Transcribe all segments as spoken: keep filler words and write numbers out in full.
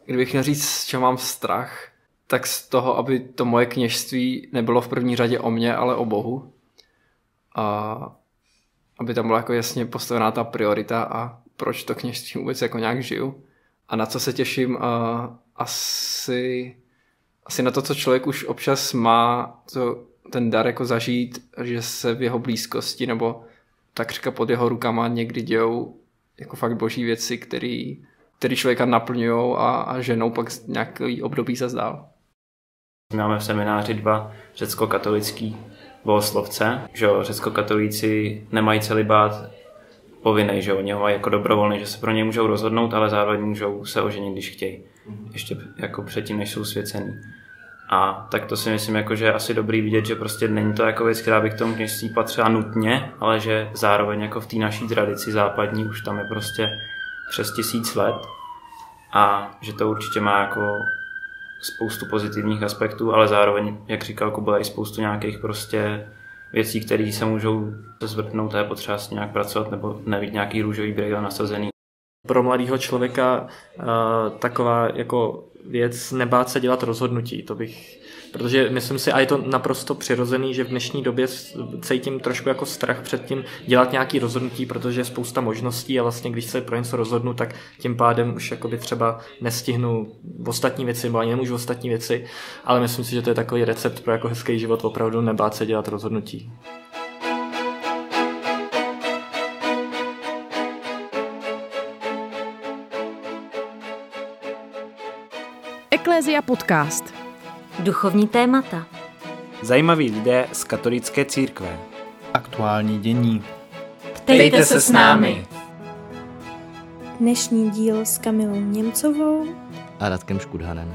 kdybych měl říct, z čeho mám strach, tak z toho, aby to moje kněžství nebylo v první řadě o mně, ale o Bohu. A aby tam byla jako jasně postavená ta priorita a proč to kněžství vůbec jako nějak žiju. A na co se těším, a asi, asi na to, co člověk už občas má, to, ten dar jako zažít, že se v jeho blízkosti nebo takřka pod jeho rukama někdy dějou jako fakt boží věci, které který člověka naplňují a, a ženou pak nějaký období zas dál. Máme v semináři dva řecko-katolický bohoslovce, že jo, řecko-katolíci nemají celibát povinnej, že jo, oni ho mají jako dobrovolný, že se pro něj můžou rozhodnout, ale zároveň můžou se oženit, když chtějí. Ještě jako předtím, než jsou svěcený. A tak to si myslím, jako, že je asi dobrý vidět, že prostě není to jako věc, která by k tomu kněžství patřila nutně, ale že zároveň jako v té naší tradici západní už tam je prostě přes tisíc let a že to určitě má jako spoustu pozitivních aspektů, ale zároveň, jak říkal Kuba, i spoustu nějakých prostě věcí, které se můžou zvrtnout a je potřeba s nějak pracovat nebo nevít nějaký růžový brýle nasazený. Pro mladého člověka uh, taková jako věc nebát se dělat rozhodnutí, to bych, protože myslím si, a je to naprosto přirozený, že v dnešní době cítím trošku jako strach před tím dělat nějaký rozhodnutí, protože je spousta možností a vlastně když se pro něco rozhodnu, tak tím pádem už jakoby třeba nestihnu ostatní věci, nebo ani nemůžu ostatní věci, ale myslím si, že to je takový recept pro jako hezký život, opravdu nebát se dělat rozhodnutí. Eklézia podcast. Duchovní témata. Zajímaví lidé z katolické církve. Aktuální dění. Ptejte se s námi. Dnešní díl s Kamilou Němcovou A Radkem Škudhanem.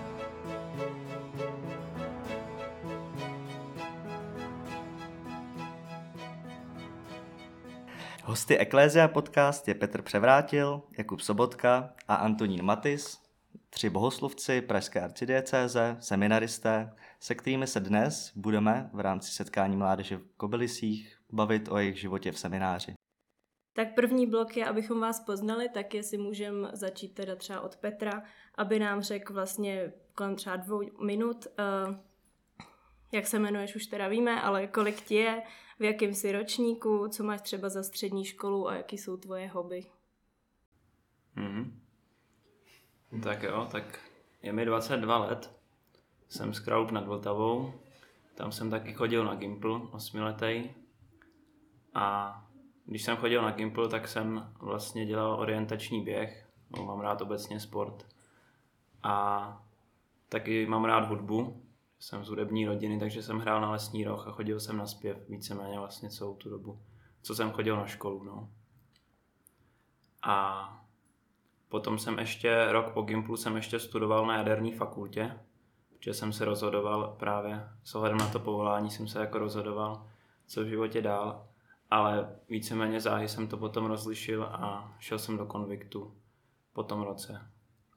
Hosty Eklézia podcast je Petr Převrátil, Jakub Sobotka a Antonín Matis, tři bohoslovci pražské arcidiecéze, seminaristé, se kterými se dnes budeme v rámci setkání mládeže v Kobylisích bavit o jejich životě v semináři. Tak první blok je, abychom vás poznali, tak jestli můžeme začít teda třeba od Petra, aby nám řekl vlastně kolem třeba dvou minut, uh, jak se jmenuješ, už teda víme, ale kolik ti je, v jakém jsi ročníku, co máš třeba za střední školu a jaký jsou tvoje hobby. Mm-hmm. Tak jo, tak je mi dvacet dva let, jsem z Kralupy nad Vltavou, tam jsem taky chodil na Gimpl, osmiletej, a když jsem chodil na Gimpl, tak jsem vlastně dělal orientační běh, no, mám rád obecně sport a taky mám rád hudbu, jsem z hudební rodiny, takže jsem hrál na lesní roh a chodil jsem na zpěv víceméně vlastně celou tu dobu, co jsem chodil na školu, no. A potom jsem ještě, rok po Gimplu jsem ještě studoval na jaderní fakultě, protože jsem se rozhodoval právě, s ohledem na to povolání jsem se jako rozhodoval, co v životě dál, ale víceméně záhy jsem to potom rozlišil a šel jsem do konviktu po tom roce.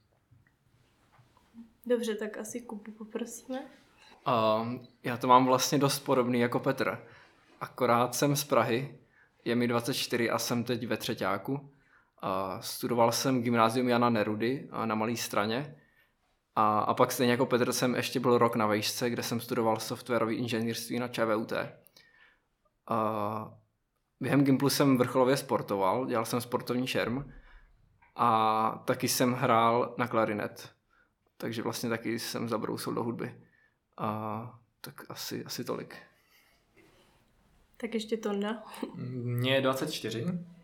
Dobře, tak asi Kubu poprosíme. Uh, já to mám vlastně dost podobný jako Petr, akorát jsem z Prahy, je mi dvacet čtyři a jsem teď ve třeťáku. Uh, studoval jsem gymnázium Jana Nerudy uh, na Malé Straně a, a pak stejně jako Petr jsem ještě byl rok na vejšce, kde jsem studoval softwarové inženýrství na ČVUT. Uh, během Gimplu jsem vrcholově sportoval, dělal jsem sportovní šerm a taky jsem hrál na klarinet, takže vlastně taky jsem zabrousil do hudby. Uh, tak asi, asi tolik. Tak ještě Tonda. Mně je dvacet čtyři.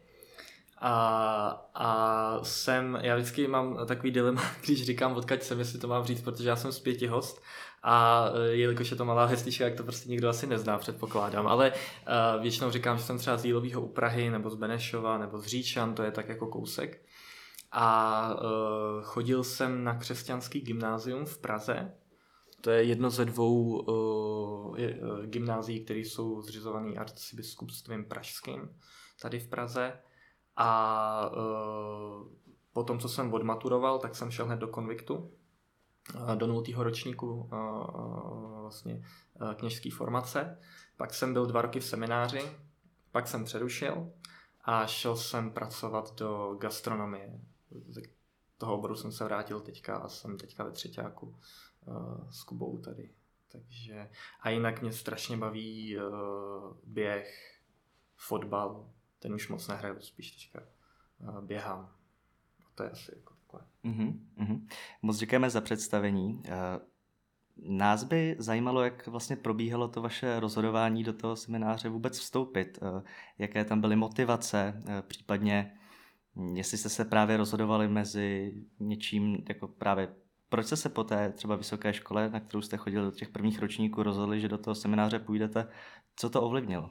A, a jsem, já vždycky mám takový dilema, když říkám, odkud jsem, jestli to mám říct, protože já jsem z Pětihost a jelikož je to malá vesnička, jak to prostě nikdo asi nezná, předpokládám, ale uh, většinou říkám, že jsem třeba z Jílovýho u Prahy, nebo z Benešova, nebo z Říčan, to je tak jako kousek. A uh, chodil jsem na křesťanský gymnázium v Praze, to je jedno ze dvou uh, je, uh, gymnázií, které jsou zřizované arcibiskupstvím pražským, tady v Praze. A uh, po tom, co jsem odmaturoval, tak jsem šel hned do konviktu, uh, do nultého ročníku uh, uh, vlastně uh, kněžské formace. Pak jsem byl dva roky v semináři, pak jsem přerušil a šel jsem pracovat do gastronomie. toho oboru jsem se vrátil teďka a jsem teďka ve třeťáku uh, s Kubou tady. Takže a jinak mě strašně baví uh, běh, fotbal, ten už moc nehraju, spíš teďka uh, běhám. To je asi jako takové. Uh-huh, uh-huh. Moc děkujeme za představení. Uh, nás by zajímalo, jak vlastně probíhalo to vaše rozhodování do toho semináře vůbec vstoupit. Uh, jaké tam byly motivace, uh, případně jestli jste se právě rozhodovali mezi něčím, jako právě proč jste se po té třeba vysoké škole, na kterou jste chodili do těch prvních ročníků, rozhodli, že do toho semináře půjdete. Co to ovlivnilo?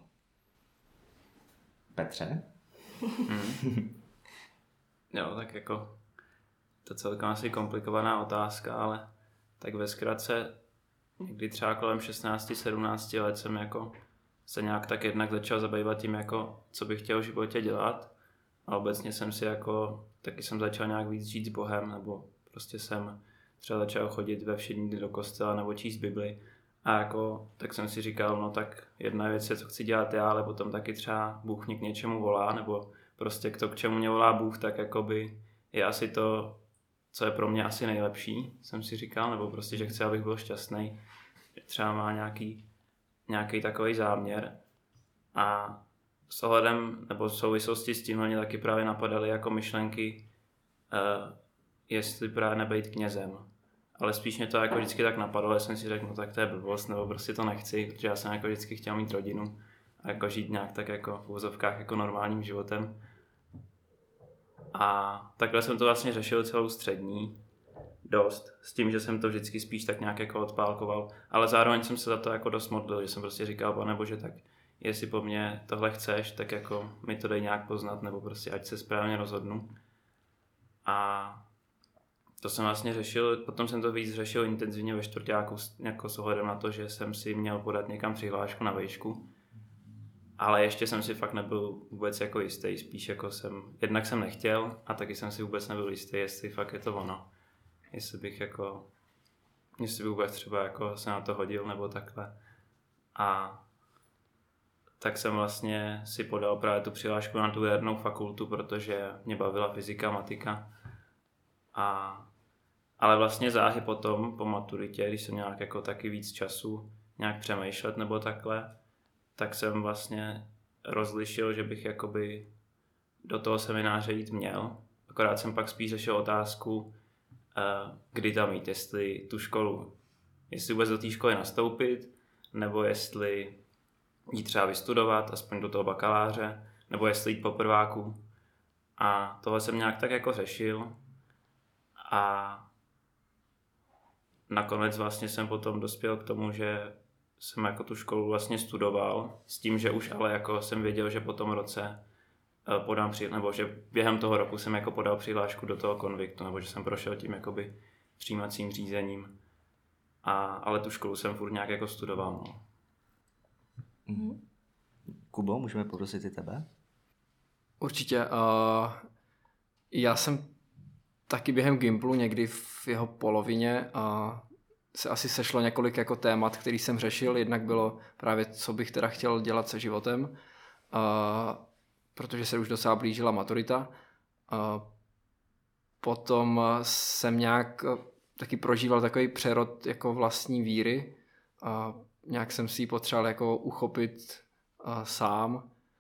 Petře? Hmm. Jo, tak jako to celkem asi komplikovaná otázka, ale tak ve zkratce někdy třeba kolem šestnáct sedmnáct let jsem jako se nějak tak jednak začal zabývat tím, jako co bych chtěl v životě dělat. A obecně jsem si jako, taky jsem začal nějak víc žít s Bohem, nebo prostě jsem třeba začal chodit ve všední dny do kostela nebo číst Bibli. A jako, tak jsem si říkal, no tak jedna věc je, co chci dělat já, ale potom taky třeba Bůh mě k něčemu volá, nebo prostě to, k čemu mě volá Bůh, tak jakoby je asi to, co je pro mě asi nejlepší, jsem si říkal, nebo prostě, že chci, abych byl šťastný, třeba má nějaký, nějaký takový záměr. A s ohledem, nebo v souvislosti s tím mě taky právě napadaly jako myšlenky, uh, jestli právě nebejt knězem. Ale spíš mě to jako vždycky tak napadlo, že jsem si řekl, no tak to je blbost, nebo prostě to nechci, protože já jsem jako vždycky chtěl mít rodinu a jako žít nějak tak jako v uvozovkách jako normálním životem. A takhle jsem to vlastně řešil celou střední dost, s tím, že jsem to vždycky spíš tak nějak jako odpálkoval, ale zároveň jsem se za to jako dost modlil, že jsem prostě říkal, Pane Bože, tak jestli po mně tohle chceš, tak jako mi to dej nějak poznat, nebo prostě ať se správně rozhodnu. A to jsem vlastně řešil, potom jsem to víc řešil intenzivně ve čtvrťáku jako s ohledem na to, že jsem si měl podat někam přihlášku na vejšku. Ale ještě jsem si fakt nebyl vůbec jako jistý, spíš jako jsem, jednak jsem nechtěl a taky jsem si vůbec nebyl jistý, jestli fakt je to ono. Jestli bych jako, jestli bych vůbec třeba jako se na to hodil nebo takhle. A tak jsem vlastně si podal právě tu přihlášku na tu jadernou fakultu, protože mě bavila fyzika, matika. A, ale vlastně záhy potom, po maturitě, když jsem nějak jako taky víc času nějak přemýšlet nebo takhle, tak jsem vlastně rozlišil, že bych jakoby do toho semináře jít měl. Akorát jsem pak spíš řešil otázku, kdy tam jít, jestli tu školu, jestli vůbec do té školy nastoupit, nebo jestli jít třeba vystudovat, aspoň do toho bakaláře, nebo jestli jít po prváku. A tohle jsem nějak tak jako řešil. A nakonec vlastně jsem potom dospěl k tomu, že jsem jako tu školu vlastně studoval, s tím, že už ale jako jsem věděl, že po tom roce podám při, nebo že během toho roku jsem jako podal přihlášku do toho konviktu, nebo že jsem prošel tím jakoby přijímacím řízením. A, ale tu školu jsem furt nějak jako studoval. No. Mm-hmm. Kubo, můžeme poprosit i tebe? Určitě. Uh, já jsem taky během Gimplu někdy v jeho polovině uh, se asi sešlo několik jako témat, který jsem řešil. Jednak bylo právě, co bych teda chtěl dělat se životem, uh, protože se už docela blížila maturita. Uh, potom jsem nějak uh, taky prožíval takový přerod jako vlastní víry. Uh, nějak jsem si ji potřeboval jako uchopit uh, sám uh,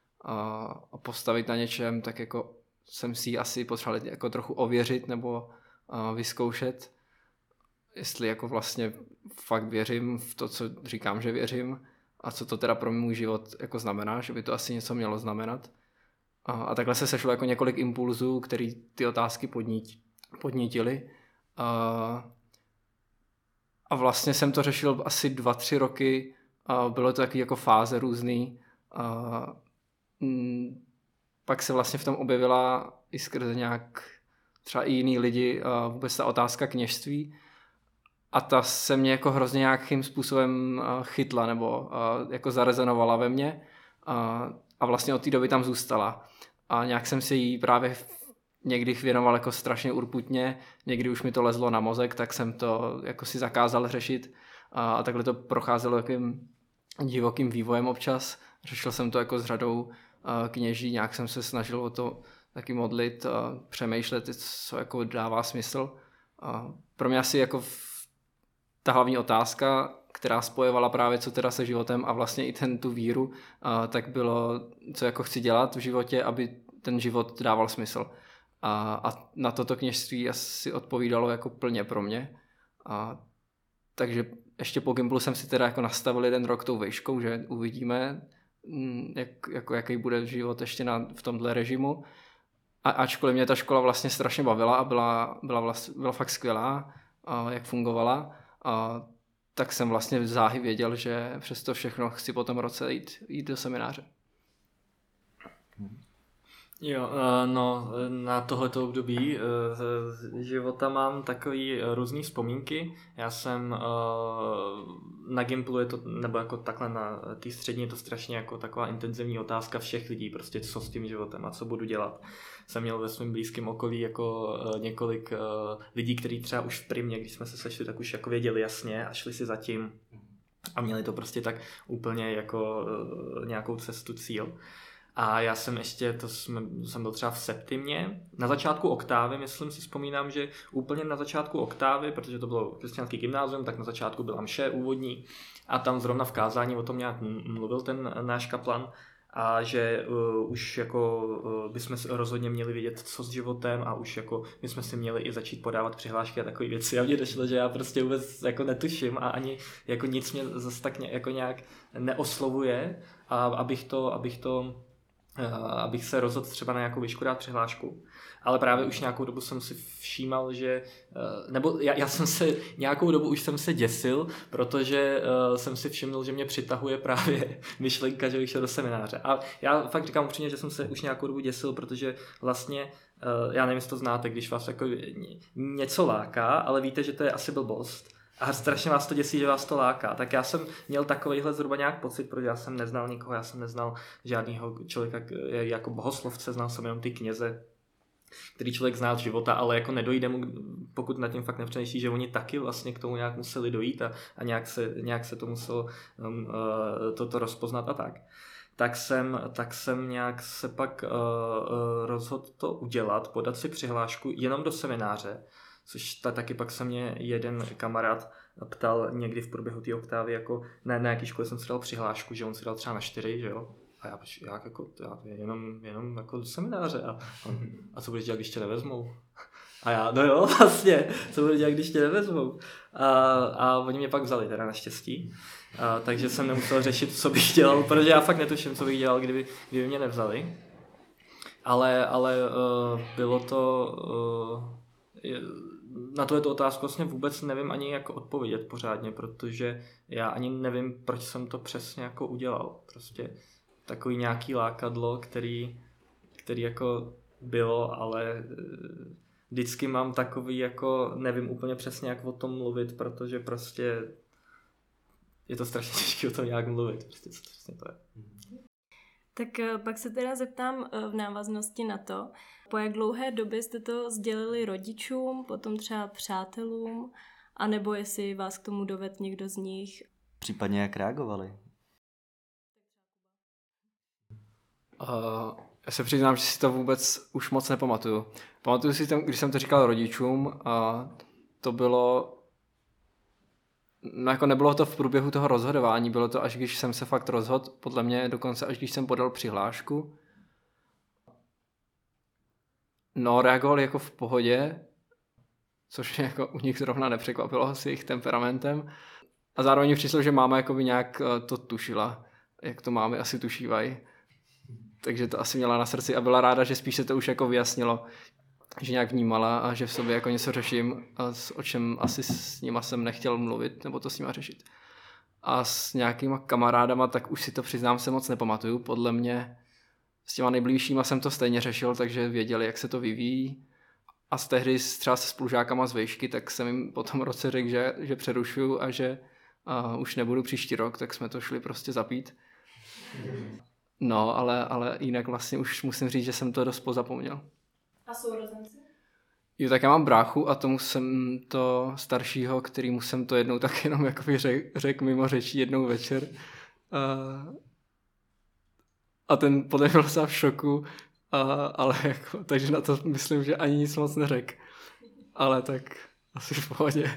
a postavit na něčem, tak jako jsem si ji asi potřeboval jako trochu ověřit nebo uh, vyzkoušet, jestli jako vlastně fakt věřím v to, co říkám, že věřím a co to teda pro můj život jako znamená, že by to asi něco mělo znamenat. A, a takhle se sešlo jako několik impulzů, který ty otázky podnít, podnítily. A, a vlastně jsem to řešil asi dva, tři roky a bylo to taky jako fáze různý. A, m, pak se vlastně v tom objevila i skrze nějak třeba i jiný lidi a vůbec ta otázka kněžství. A ta se mě jako hrozně nějakým způsobem chytla nebo jako zarezonovala ve mně a, a vlastně od té doby tam zůstala. A nějak jsem si jí právě někdy věnoval jako strašně urputně, někdy už mi to lezlo na mozek, tak jsem to jako si zakázal řešit a, a takhle to procházelo jakým divokým vývojem občas. Řešil jsem to jako s řadou kněží, nějak jsem se snažil o to taky modlit a přemýšlet, co jako dává smysl. A pro mě asi jako ta hlavní otázka, která spojovala právě co teda se životem a vlastně i ten tu víru, a tak bylo, co jako chci dělat v životě, aby ten život dával smysl. A, a na toto kněžství asi odpovídalo jako plně pro mě. A, takže ještě po Gimplu jsem si teda jako nastavil jeden rok tou vejškou, že uvidíme, jak, jako, jaký bude život ještě na, v tomhle režimu. A ačkoliv mě ta škola vlastně strašně bavila a byla, byla, vlastně, byla fakt skvělá, a jak fungovala, a tak jsem vlastně záhy věděl, že přes to všechno chci po tom roce jít, jít do semináře. Jo, no na tohleto období života mám takový různý vzpomínky. Já jsem na Gimplu je to, nebo jako takhle na té střední je to strašně jako taková intenzivní otázka všech lidí, prostě co s tím životem a co budu dělat. Jsem měl ve svém blízkém okolí jako několik lidí, kteří třeba už v primě, když jsme se sešli, tak už jako věděli jasně a šli si za tím a měli to prostě tak úplně jako nějakou cestu, cíl. A já jsem ještě, to jsme, jsem byl třeba v septimě, na začátku oktávy, myslím si, vzpomínám, že úplně na začátku oktávy, protože to bylo křesťanský gymnázium, tak na začátku byla mše úvodní a tam zrovna v kázání o tom nějak mluvil ten náš kaplan a že uh, už jako uh, bychom rozhodně měli vědět, co s životem a už jako my jsme si měli i začít podávat přihlášky a takové věci. A mně došlo, že já prostě vůbec jako netuším a ani jako nic mě zase tak ně, jako nějak neoslovuje a abych to, abych to abych se rozhodl třeba na nějakou výšku dát přihlášku. Ale právě už nějakou dobu jsem si všímal, že, nebo já, já jsem se, nějakou dobu už jsem se děsil, protože uh, jsem si všiml, že mě přitahuje právě myšlenka, že bych šel do semináře. A já fakt říkám upřímně, že jsem se už nějakou dobu děsil, protože vlastně, uh, já nevím, jestli to znáte, když vás jako něco láká, ale víte, že to je asi blbost. A strašně vás to děsí, že vás to láká. Tak já jsem měl takovýhle zhruba nějak pocit, protože já jsem neznal nikoho, já jsem neznal žádného člověka jako bohoslovce, znal jsem jenom ty kněze, který člověk zná z života, ale jako nedojde mu, pokud nad tím fakt nepřemýšlí, že oni taky vlastně k tomu nějak museli dojít a, a nějak, se, nějak se to muselo um, uh, toto rozpoznat a tak. Tak jsem, tak jsem nějak se pak uh, uh, rozhodl to udělat, podat si přihlášku jenom do semináře, což ta, taky pak se mě jeden kamarád ptal někdy v průběhu té oktávy, jako na, na jaký škole jsem si dal přihlášku, že on si dal třeba na čtyři, že jo? A já, já jako, já jenom, jenom jako do semináře a, a co budeš dělat, když tě nevezmou? A já, no jo, vlastně, co budeš dělat, když tě nevezmou? A, a oni mě pak vzali teda naštěstí, a, takže jsem nemusel řešit, co bych dělal, protože já fakt netuším, co bych dělal, kdyby, kdyby mě nevzali. Ale, ale uh, bylo to... Uh, na tuto otázku vlastně vůbec nevím ani jak odpovědět pořádně, protože já ani nevím, proč jsem to přesně jako udělal. Prostě takový nějaký lákadlo, který, který jako bylo, ale vždycky mám takový jako, nevím úplně přesně jak o tom mluvit, protože prostě je to strašně těžké o tom nějak mluvit. Prostě co přesně to je. Tak pak se teda zeptám v návaznosti na to, po jak dlouhé době jste to sdělili rodičům, potom třeba přátelům, anebo jestli vás k tomu dovedl někdo z nich? Případně jak reagovali? Uh, já se přiznám, že si to vůbec už moc nepamatuju. Pamatuju si, tam, když jsem to říkal rodičům, a to bylo... No jako nebylo to v průběhu toho rozhodování, bylo to až když jsem se fakt rozhodl, podle mě dokonce až když jsem podal přihlášku. No, reagovali jako v pohodě, což mě jako u nich zrovna nepřekvapilo s jejich temperamentem. A zároveň mi přišlo, že máma jakoby nějak to tušila, jak to mámy asi tušívají. Takže to asi měla na srdci a byla ráda, že spíš se to už jako vyjasnilo, že nějak vnímala a že v sobě jako něco řeším, a o čem asi s nima jsem nechtěl mluvit nebo to s nima řešit. A s nějakýma kamarádama, tak už si to přiznám, se moc nepamatuju. Podle mě s těma nejbližšíma jsem to stejně řešil, takže věděli, jak se to vyvíjí. A z tehdy třeba se spolužákama z vejšky, tak jsem jim po tom roce řekl, že, že přerušuju a že a už nebudu příští rok, tak jsme to šli prostě zapít. No, ale, ale jinak vlastně už musím říct, že jsem to dost pozapomněl. A sourozenci? Jo, tak já mám bráchu a tomu jsem to staršího, kterýmu jsem to jednou tak jenom jakoby řek, řek mimo řečí jednou večer. A, a ten podle mě byl v šoku A, ale jako, takže na to myslím, že ani nic moc neřek. Ale tak asi v pohodě.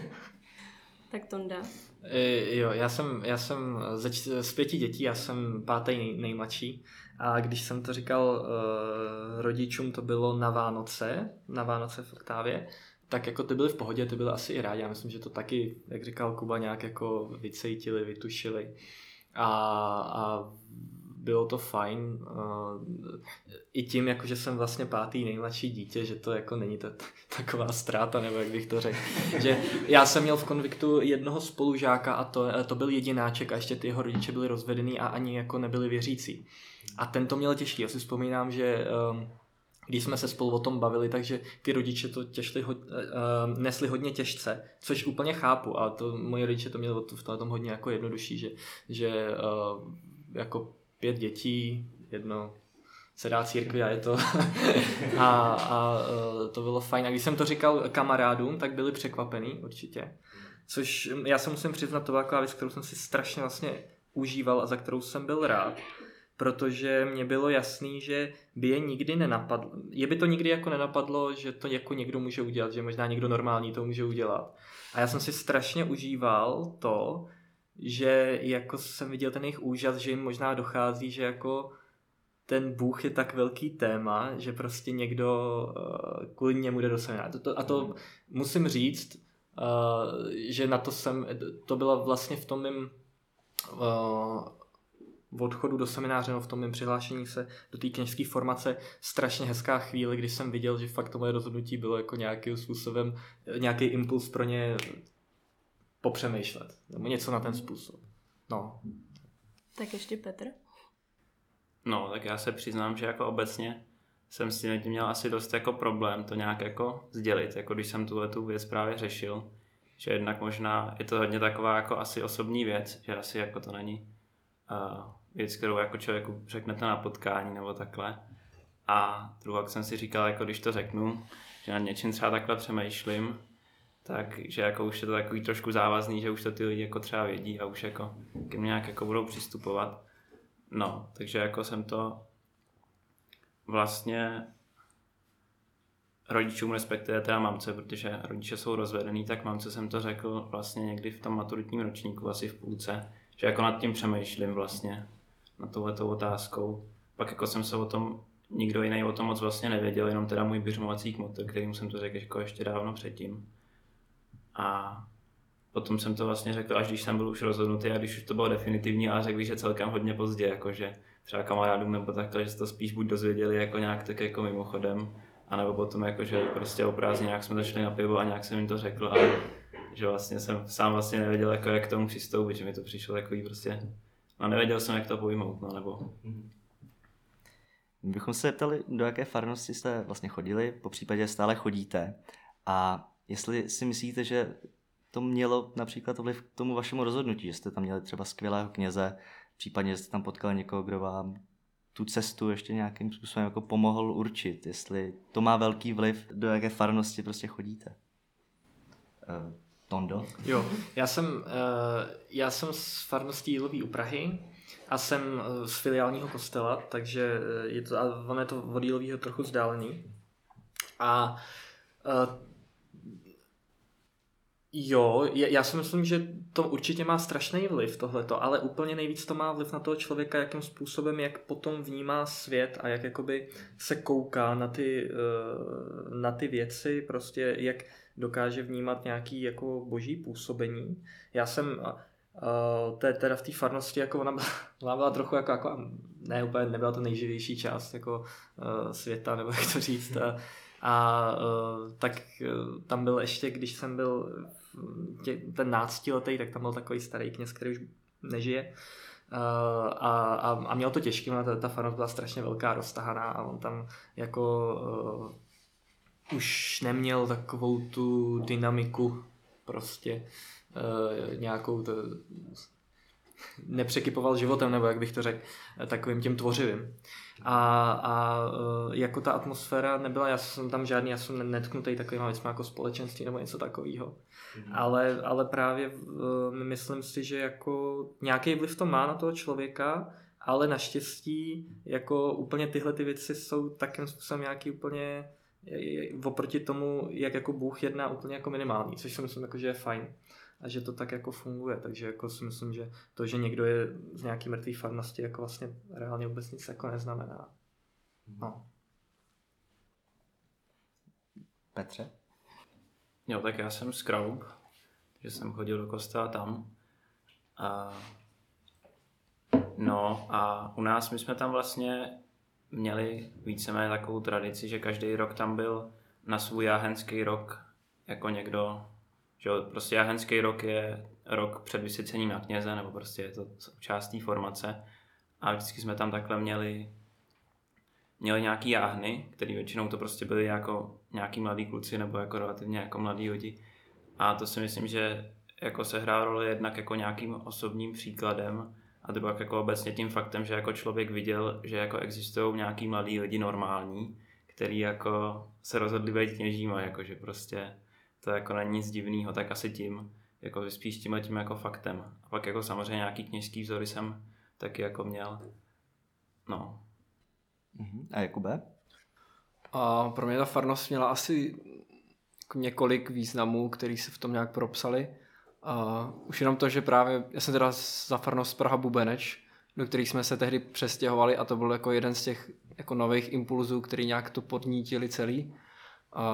Tak Tonda. E, jo, já jsem, já jsem ze č- z pěti dětí, já jsem pátý nej, nejmladší a když jsem to říkal e, rodičům, to bylo na Vánoce, na Vánoce v Oktávě, tak jako ty byli v pohodě, ty byli asi i rádi. Já myslím, že to taky, jak říkal Kuba, nějak jako vycejtili, vytušili a, a bylo to fajn. Uh, I tím, jako, že jsem vlastně pátý nejmladší dítě, že to jako není to taková ztráta, nebo jak bych to řekl. Že já jsem měl v konviktu jednoho spolužáka a to, to byl jedináček a ještě ty jeho rodiče byli rozvedený a ani jako nebyli věřící. A ten to měl těžký. Já si vzpomínám, že um, když jsme se spolu o tom bavili, takže ty rodiče to těžli, uh, nesli hodně těžce, což úplně chápu. A to moje rodiče to měli v tom hodně jako jednodušší, že, že uh, jako pět dětí, jedno se dá církvi a je to. a, a to bylo fajn. A když jsem to říkal kamarádům, tak byli překvapený určitě. Což já se musím přiznat, to byla taková věc, kterou jsem si strašně vlastně užíval a za kterou jsem byl rád. Protože mě bylo jasný, že by je nikdy nenapadlo. Je by to nikdy jako nenapadlo, že to jako někdo může udělat, že možná někdo normální to může udělat. A já jsem si strašně užíval to, že jako jsem viděl ten jejich úžas, že jim možná dochází, že jako ten Bůh je tak velký téma, že prostě někdo uh, kvůli němu jde do semináře. A to musím říct, uh, že na to jsem, to bylo vlastně v tom mým uh, v odchodu do semináře, no v tom mým přihlášení se do té kněžské formace strašně hezká chvíle, kdy jsem viděl, že fakt to moje rozhodnutí bylo jako nějakým způsobem, nějaký impuls pro ně popřemýšlet, nebo něco na ten způsob. No. Tak ještě Petr? No, tak já se přiznám, že jako obecně jsem s tím měl asi dost jako problém to nějak jako sdělit, jako když jsem tuhle tu věc právě řešil, že jednak možná je to hodně taková jako asi osobní věc, že asi jako to není uh, věc, kterou jako člověku řeknete na potkání nebo takhle. A druhá jsem si říkal, jako když to řeknu, že nad něčím třeba takhle přemýšlím, takže jako už je to takový trošku závazný, že už to ty lidi jako třeba vědí a už jako ke mně nějak jako budou přistupovat. No, takže jako jsem to vlastně rodičům, respektive teda mamce, protože rodiče jsou rozvedený, tak mamce jsem to řekl vlastně někdy v tom maturitním ročníku, asi v půlce, že jako nad tím přemýšlím vlastně, nad touhletou otázkou. Pak jako jsem se o tom, nikdo jiný o tom moc vlastně nevěděl, jenom teda můj běžmovací kmotr, kterým jsem to řekl jako ještě dávno předtím. A potom jsem to vlastně řekl, až když jsem byl už rozhodnutý a když už to bylo definitivní, ale řekl, že celkem hodně pozdě, jakože třeba kamarádům nebo takhle, že se to spíš buď dozvěděli jako nějak tak jako mimochodem, anebo potom jako, že prostě o prázdninách jsme začali na pivo a nějak jsem jim to řekl a že vlastně jsem sám vlastně nevěděl, jako jak k tomu přistoupit, že mi to přišlo takový prostě, no nevěděl jsem, jak to pojmout, no nebo... Bychom se ptali, do jaké farnosti jste vlastně chodili, po případě stále chodíte a jestli si myslíte, že to mělo například vliv k tomu vašemu rozhodnutí, že jste tam měli třeba skvělého kněze, případně jste tam potkali někoho, kdo vám tu cestu ještě nějakým způsobem jako pomohl určit, jestli to má velký vliv, do jaké farnosti prostě chodíte. Uh, Tondo? Jo, já jsem, uh, já jsem z farností Jílový u Prahy a jsem uh, z filiálního kostela, takže je to, a ono je to od Jílovýho trochu vzdálený. A uh, Jo, já si myslím, že to určitě má strašný vliv tohleto, ale úplně nejvíc to má vliv na toho člověka, jakým způsobem, jak potom vnímá svět a jak jakoby se kouká na ty, na ty věci, prostě jak dokáže vnímat nějaký jako boží působení. Já jsem teda v té farnosti, jako ona byla, ona byla trochu jako, jako, ne úplně, nebyla to nejživější část jako světa, nebo jak to říct. A uh, tak uh, tam byl ještě, když jsem byl tě, ten náctiletý, tak tam byl takový starý kněz, který už nežije. Uh, a, a, a měl to těžké, ta, ta farnost byla strašně velká, roztahaná a on tam jako uh, už neměl takovou tu dynamiku prostě uh, nějakou to, nepřekypoval životem, nebo jak bych to řekl, takovým tím tvořivým. A, a jako ta atmosféra nebyla, já jsem tam žádný, já jsem netknutý takovýma věcmi jako společenství nebo něco takového. Mm-hmm. Ale, ale právě myslím si, že jako nějaký vliv to má na toho člověka ale naštěstí jako úplně tyhle ty věci jsou takým způsobem nějaký úplně oproti tomu, jak jako Bůh jedná, úplně jako minimální, což si myslím, jako, že je fajn a že to tak jako funguje, takže jako si myslím, že to, že někdo je z nějaký mrtvý farnosti, jako vlastně reálně vůbec nic jako neznamená. No. Petře? Jo, tak já jsem z Kralub, že jsem chodil do kostela tam. A no a u nás my jsme tam vlastně měli víceméně takovou tradici, že každý rok tam byl na svůj jáhenský rok jako někdo, že prostě jáhenský rok je rok před vysvěcením na kněze, nebo prostě je to součást té formace a vždycky jsme tam takhle měli měli nějaký jáhny, který většinou to prostě byli jako nějaký mladí kluci nebo jako relativně jako mladí lidi a to si myslím, že jako se hrá roli jednak jako nějakým osobním příkladem a druhak jako obecně tím faktem, že jako člověk viděl, že jako existují nějaký mladí lidi normální, který jako se rozhodli být kněžíma, jako že prostě to jako není nic divného, tak asi tím, jako spíš tímhle tím jako faktem. A pak jako samozřejmě nějaký kněžský vzory jsem taky jako měl. No. A Jakube? A pro mě ta farnost měla asi několik významů, který se v tom nějak propsali. A už jenom to, že právě, já jsem teda za farnost Praha Bubeneč, do kterých jsme se tehdy přestěhovali a to byl jako jeden z těch jako nových impulzů, který nějak to podnítili celý. A,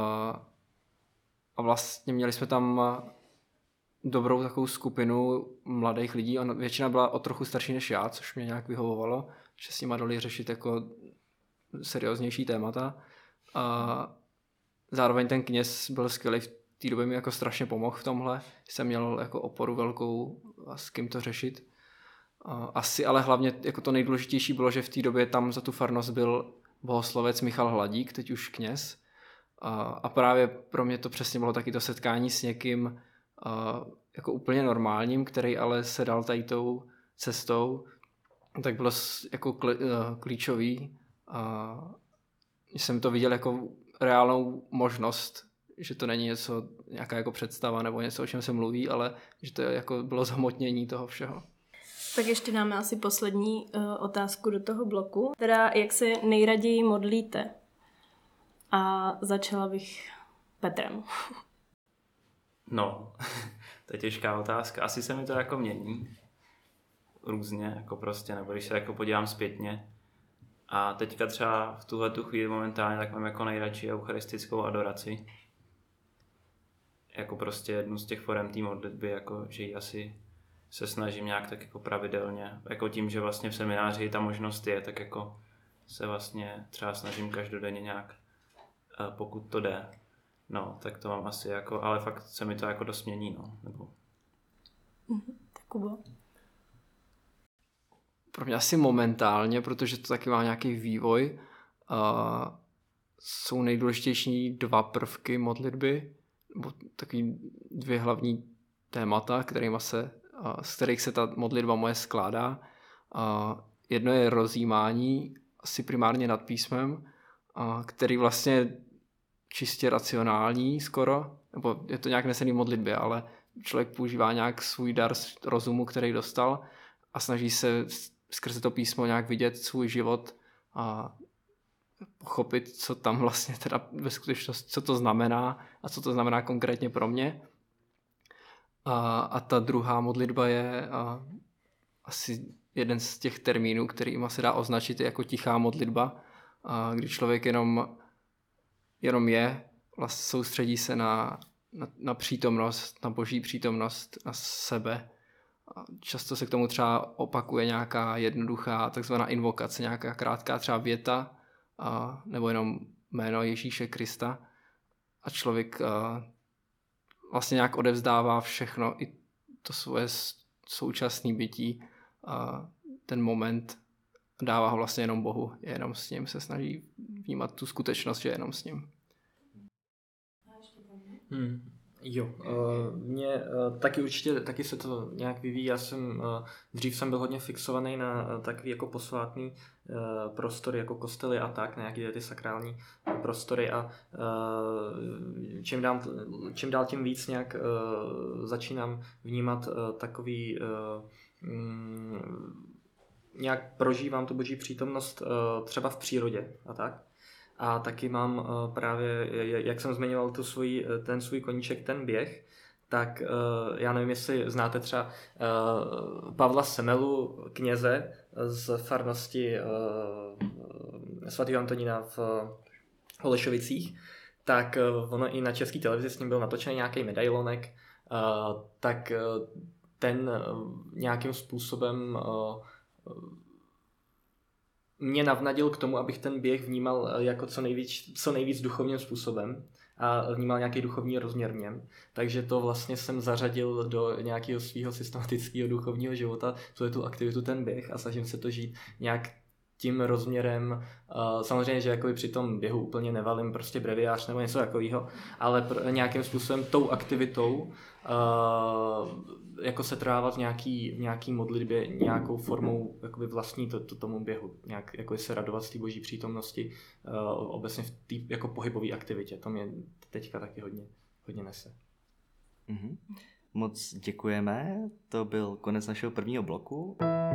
a vlastně měli jsme tam dobrou takovou skupinu mladých lidí, a většina byla o trochu starší než já, což mě nějak vyhovovalo, že s nima dali řešit jako serióznější témata. A zároveň ten kněz byl skvělý, v té době mi jako strašně pomohl v tomhle, jsem měl jako oporu velkou a s kým to řešit. A asi ale hlavně jako to nejdůležitější bylo, že v té době tam za tu farnost byl bohoslovec Michal Hladík, teď už kněz. A, a právě pro mě to přesně bylo taky to setkání s někým a, jako úplně normálním, který ale se dal tady tou cestou, tak bylo jako klíčový. A jsem to viděl jako reálnou možnost, že to není něco, nějaká jako představa nebo něco, o čem se mluví, ale že to jako bylo zhmotnění toho všeho. Tak ještě dáme asi poslední uh, otázku do toho bloku. Teda, jak se nejraději modlíte? A začala bych Petrem. No, to je těžká otázka. Asi se mi to jako mění. Různě, jako prostě, nebo když se jako podívám zpětně. A teďka třeba v tuhle tu chvíli momentálně tak mám jako nejradši eucharistickou adoraci. Jako prostě jednu z těch forem té modlitby, jako že ji asi se snažím nějak tak jako pravidelně. Jako tím, že vlastně v semináři ta možnost je, tak jako se vlastně třeba snažím každodenně nějak, pokud to jde. No, tak to mám asi jako, ale fakt se mi to jako dost mění, no. Nebo... Mm-hmm. Tak Kubo? Pro mě asi momentálně, protože to taky má nějaký vývoj. Uh, jsou nejdůležitější dva prvky modlitby, nebo takový dvě hlavní témata, kterýma se, uh, z kterých se ta modlitba moje skládá. Uh, jedno je rozjímání, asi primárně nad písmem, uh, který vlastně čistě racionální skoro, nebo je to nějak nesený v modlitbě, ale člověk používá nějak svůj dar rozumu, který dostal a snaží se skrze to písmo nějak vidět svůj život a pochopit, co tam vlastně teda ve skutečnosti, co to znamená a co to znamená konkrétně pro mě. A, a ta druhá modlitba je a, asi jeden z těch termínů, kterýma se dá označit jako tichá modlitba, a, kdy člověk jenom, jenom je, vlastně soustředí se na, na, na přítomnost, na boží přítomnost, na sebe. Často se k tomu třeba opakuje nějaká jednoduchá takzvaná invokace, nějaká krátká třeba věta a, nebo jenom jméno Ježíše Krista a člověk a, vlastně nějak odevzdává všechno, i to svoje současné bytí a ten moment dává ho vlastně jenom Bohu, je jenom s ním, se snaží vnímat tu skutečnost, že je jenom s ním. Hmm. Jo, uh, mě uh, taky určitě, taky se to nějak vyvíjí. Já jsem, uh, dřív jsem byl hodně fixovaný na uh, takový jako posvátný uh, prostory, jako kostely a tak, na nějaké ty sakrální uh, prostory a uh, čím, dám, čím dál tím víc nějak uh, začínám vnímat uh, takový uh, um, nějak prožívám tu boží přítomnost uh, třeba v přírodě a tak. A taky mám uh, právě, jak jsem zmiňoval tu svůj, ten svůj koníček, ten běh, tak uh, já nevím, jestli znáte třeba uh, Pavla Semelu, kněze z farnosti uh, svatého Antonína v Holešovicích, tak uh, ono i na české televizi s ním byl natočený nějaký medailonek, uh, tak uh, ten uh, nějakým způsobem uh, mě navnadil k tomu, abych ten běh vnímal jako co nejvíc, co nejvíc duchovním způsobem a vnímal nějaký duchovní rozměr v něm. Takže to vlastně jsem zařadil do nějakého svého systematického duchovního života, to je tu aktivitu, ten běh, a snažím se to žít nějak tím rozměrem. Uh, samozřejmě, že jakoby při tom běhu úplně nevalím prostě breviář nebo něco takového, ale pr- nějakým způsobem tou aktivitou uh, jako se trvávat v nějaký, v nějaký modlitbě nějakou formou jakoby vlastní to, to tomu běhu. Nějak jako se radovat z té boží přítomnosti uh, obecně v té jako pohybové aktivitě. To mě teďka taky hodně, hodně nese. Mm-hmm. Moc děkujeme. To byl konec našeho prvního bloku.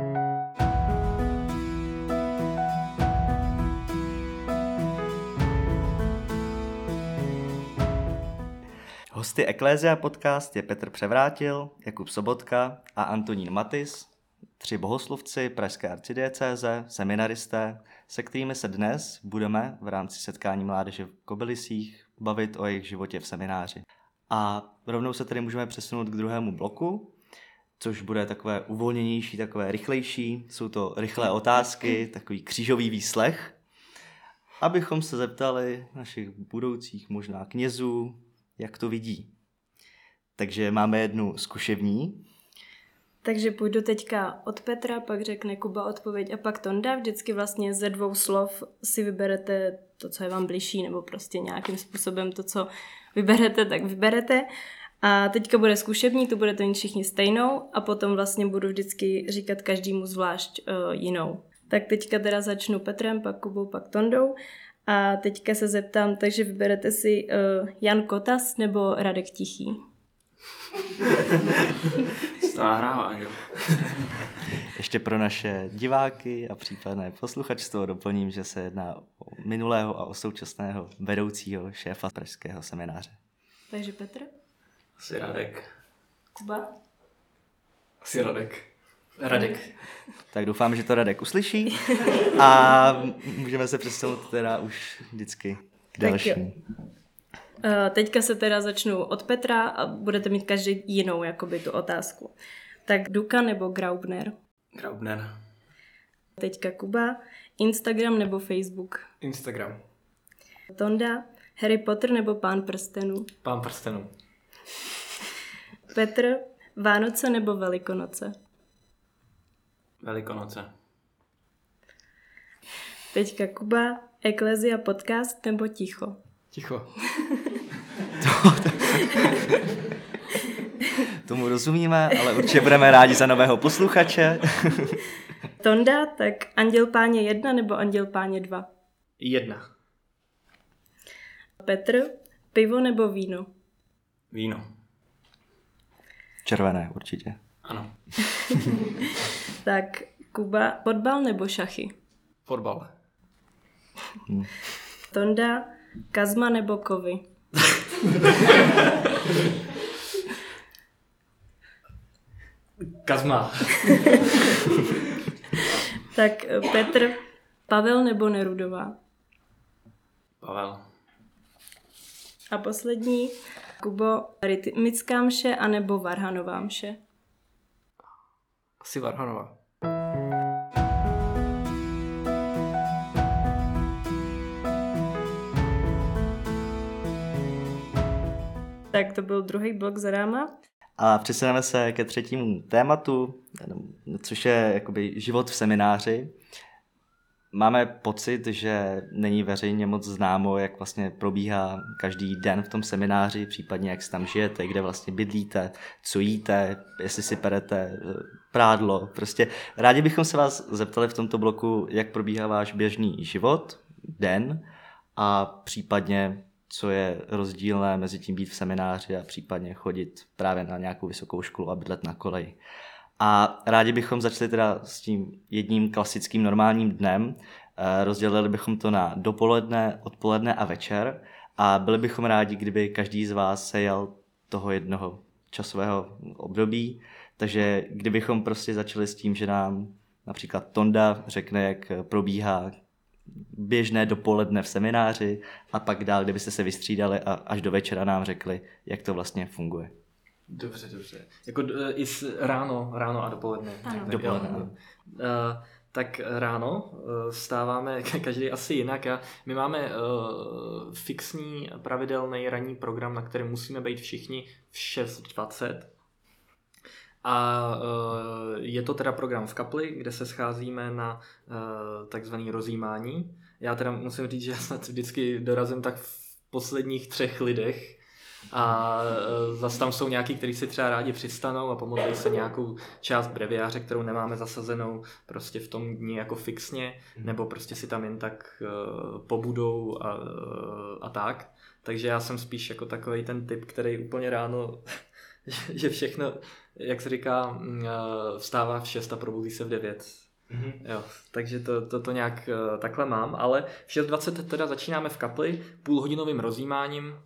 Hosty Eklézia podcast je Petr Převrátil, Jakub Sobotka a Antonín Matis, tři bohoslovci pražské arcidiecéze, seminaristé, se kterými se dnes budeme v rámci setkání mládeže v Kobylisích bavit o jejich životě v semináři. A rovnou se tedy můžeme přesunout k druhému bloku, což bude takové uvolněnější, takové rychlejší. Jsou to rychlé otázky, takový křížový výslech, abychom se zeptali našich budoucích možná knězů, jak to vidí. Takže máme jednu zkušební. Takže půjdu teďka od Petra, pak řekne Kuba odpověď a pak Tonda. Vždycky vlastně ze dvou slov si vyberete to, co je vám bližší, nebo prostě nějakým způsobem to, co vyberete, tak vyberete. A teďka bude zkušební, tu budete mít všichni stejnou a potom vlastně budu vždycky říkat každému zvlášť uh, jinou. Tak teďka teda začnu Petrem, pak Kubou, pak Tondou. A teďka se zeptám, takže vyberete si uh, Jan Kotas nebo Radek Tichý? To nahrává, jo. Ještě pro naše diváky a případné posluchačstvo doplním, že se jedná o minulého a o současného vedoucího šéfa pražského semináře. Takže Petr? Asi Radek. Kuba? Asi Radek. Radek. Tak doufám, že to Radek uslyší a můžeme se přesunout teda už vždycky k dalším. Teďka se teda začnu od Petra a budete mít každý jinou jakoby tu otázku. Tak Duka nebo Graubner? Graubner. Teďka Kuba. Instagram nebo Facebook? Instagram. Tonda. Harry Potter nebo Pán prstenů? Pán prstenů. Petr. Vánoce nebo Velikonoce? Velikonoce. Teďka Kuba. Eklézia podcast nebo Ticho? Ticho. Tomu rozumíme, ale určitě budeme rádi za nového posluchače. Tonda, tak Anděl Páně jedna nebo Anděl Páně dva? Jedna. Petr, pivo nebo víno? Víno. Červené určitě. Ano. Tak Kuba, fotbal nebo šachy? Fotbal. Hmm. Tonda, Kazma nebo kovy? Kazma. Tak Petr, Pavel nebo Nerudová? Pavel. A poslední, Kubo, rytmická mše anebo Varhanová mše? Asi Varhanová. Tak to byl druhý blok za náma. A přesuneme se ke třetímu tématu, což je jakoby život v semináři. Máme pocit, že není veřejně moc známo, jak vlastně probíhá každý den v tom semináři, případně jak se tam žijete, kde vlastně bydlíte, co jíte, jestli si perete prádlo. Prostě rádi bychom se vás zeptali v tomto bloku, jak probíhá váš běžný život, den a případně co je rozdílné mezi tím být v semináři a případně chodit právě na nějakou vysokou školu a bydlet na koleji. A rádi bychom začali teda s tím jedním klasickým normálním dnem. Rozdělili bychom to na dopoledne, odpoledne a večer a byli bychom rádi, kdyby každý z vás se jel toho jednoho časového období. Takže kdybychom prostě začali s tím, že nám například Tonda řekne, jak probíhá běžné dopoledne v semináři a pak dál, kdybyste se vystřídali a až do večera nám řekli, jak to vlastně funguje. Dobře, dobře. Jako i s ráno, ráno a dopoledne. Ano. Tak, Dopoledne, jo. ano. Uh, tak ráno uh, vstáváme každý asi jinak. A my máme uh, fixní pravidelný ranní program, na kterém musíme být všichni v šest dvacet. A uh, je to teda program v kapli, kde se scházíme na uh, takzvaný rozjímání. Já teda musím říct, že já snad vždycky dorazím tak v posledních třech lidech a uh, zase tam jsou nějaký, kteří si třeba rádi přistanou a pomodlí se nějakou část breviáře, kterou nemáme zasazenou prostě v tom dni jako fixně, nebo prostě si tam jen tak uh, pobudou a, uh, a tak. Takže já jsem spíš jako takovej ten typ, který úplně ráno že všechno, jak se říká, vstává v šest a probudí se v devět. Mm-hmm. Jo, takže to, to, to nějak takhle mám, ale v šest dvacet teda začínáme v kapli půlhodinovým rozjímáním,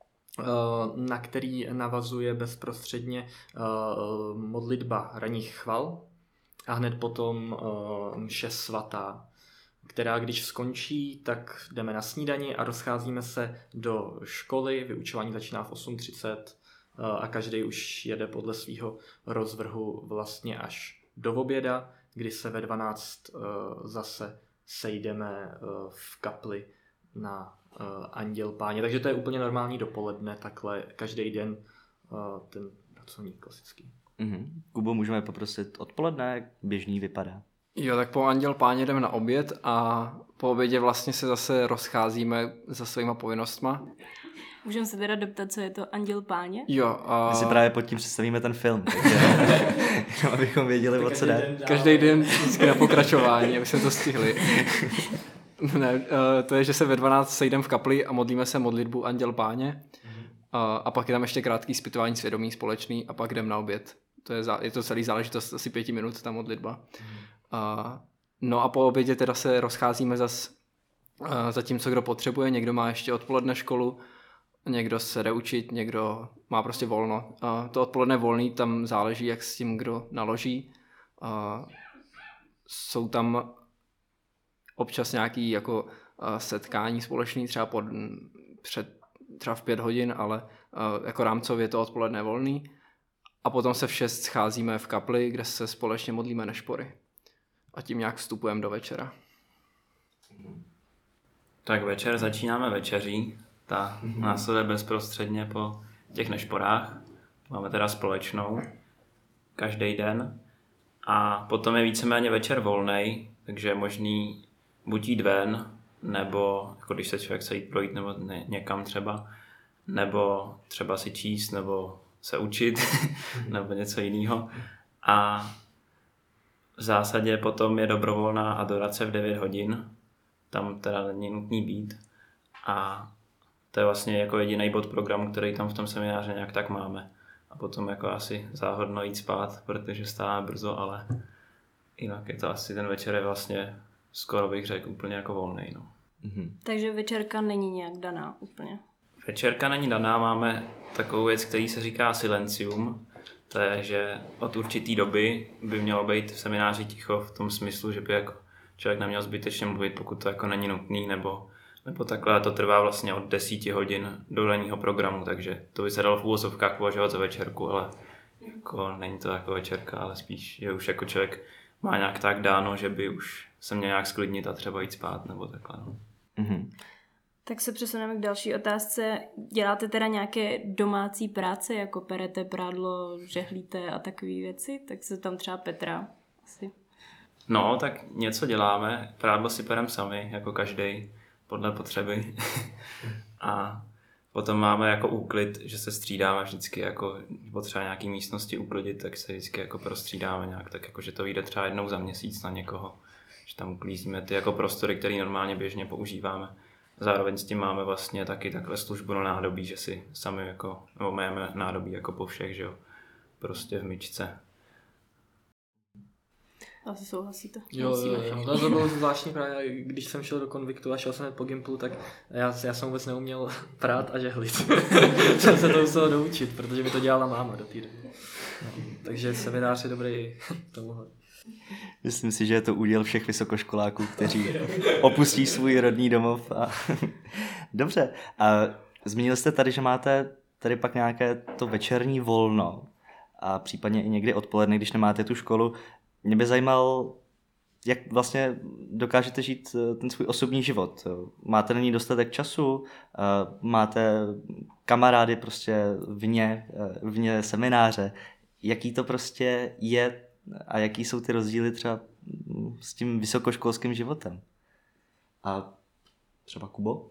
na který navazuje bezprostředně modlitba ranních chval a hned potom mše svatá, která když skončí, tak jdeme na snídani a rozcházíme se do školy, vyučování začíná v osm třicet a každý už jede podle svého rozvrhu vlastně až do oběda, kdy se ve dvanáct zase sejdeme v kapli na Anděl Páně. Takže to je úplně normální dopoledne, takhle každý den ten pracovní klasický. Mm-hmm. Kubo, můžeme poprosit odpoledne, jak běžný vypadá? Jo, tak po Anděl Páně jdeme na oběd a po obědě vlastně se zase rozcházíme za svýma povinnostma. Můžeme se teda doptat, co je to Anděl Páně? Jo. A... My si právě pod tím představíme ten film, takže abychom věděli, o co jde. Každý den vždycky na pokračování, aby jsme to stihli. Ne, to je, že se ve dvanáct sejdeme v kapli a modlíme se modlitbu Anděl Páně. A, a pak je tam ještě krátký zpytování svědomí společný a pak jdeme na oběd. To je, je to celý záležitost asi pěti minut, ta modlitba. A, no a po obědě teda se rozcházíme zas za tím, co kdo potřebuje. Někdo má ještě odpoledne školu, někdo se jde učit, někdo má prostě volno. A to odpoledne volný tam záleží, jak s tím kdo naloží. A jsou tam občas nějaký jako setkání společný, třeba, pod, před, třeba v pět hodin, ale jako rámcově to odpoledne volný. A potom se v šest scházíme v kapli, kde se společně modlíme nešpory. A tím nějak vstupujeme do večera. Tak večer začínáme večeří. Ta mm-hmm. následuje bezprostředně po těch nešporách. Máme teda společnou každý den. A potom je víceméně večer volnej, takže je možný buď jít ven, nebo jako když se člověk chce jít projít nebo ne, někam třeba, nebo třeba si číst, nebo se učit, nebo něco jiného. A v zásadě potom je dobrovolná adorace v devět hodin. Tam teda není nutný být. A to je vlastně jako jediný bod programu, který tam v tom semináři nějak tak máme. A potom jako asi záhodno jít spát, protože vstáváme brzo, ale jinak je to asi ten večer je vlastně skoro bych řekl úplně jako volnej. No. Mm-hmm. Takže večerka není nějak daná úplně. Večerka není daná, máme takovou věc, který se říká silencium. To je, že od určitý doby by mělo být v semináři ticho v tom smyslu, že by jako člověk neměl zbytečně mluvit, pokud to jako není nutný, nebo, nebo takhle. To trvá vlastně od desíti hodin do denního programu, takže to by se dalo v úvozovkách považovat za večerku, ale jako není to jako večerka, ale spíš, že už jako člověk má nějak tak dáno, že by už se měl nějak sklidnit a třeba jít spát, nebo takhle. No. Mm-hmm. Tak se přesuneme k další otázce. Děláte teda nějaké domácí práce, jako perete prádlo, žehlíte a takové věci? Tak se tam třeba Petra asi. No, tak něco děláme. Prádlo si perem sami, jako každej, podle potřeby. A potom máme jako úklid, že se střídáme vždycky, jako potřeba nějaký místnosti uklidit, tak se vždycky jako prostřídáme nějak, tak jako, že to vyjde třeba jednou za měsíc na někoho. Že tam uklízíme ty jako prostory, které normálně běžně používáme. Zároveň s tím máme vlastně taky takhle službu na nádobí, že si sami jako, nebo máme nádobí jako po všech, že jo, prostě v myčce. Asi souhlasíte. Jo, jo, jo. No, to bylo zvláštní právě, když jsem šel do konviktu a šel jsem po Gimplu, tak já, já jsem vůbec neuměl prát a žehlit. Jsem se to musel doučit, protože mi to dělala máma do té doby. No, takže seminář je dobrý tomuhle. Myslím si, že je to úděl všech vysokoškoláků, kteří opustí svůj rodný domov. A... Dobře. A zmínil jste tady, že máte tady pak nějaké to večerní volno a případně i někdy odpoledne, když nemáte tu školu. Mě by zajímal, jak vlastně dokážete žít ten svůj osobní život. Máte na ní dostatek času, máte kamarády prostě vně, vně semináře. Jaký to prostě je a jaký jsou ty rozdíly třeba s tím vysokoškolským životem? A třeba Kubo?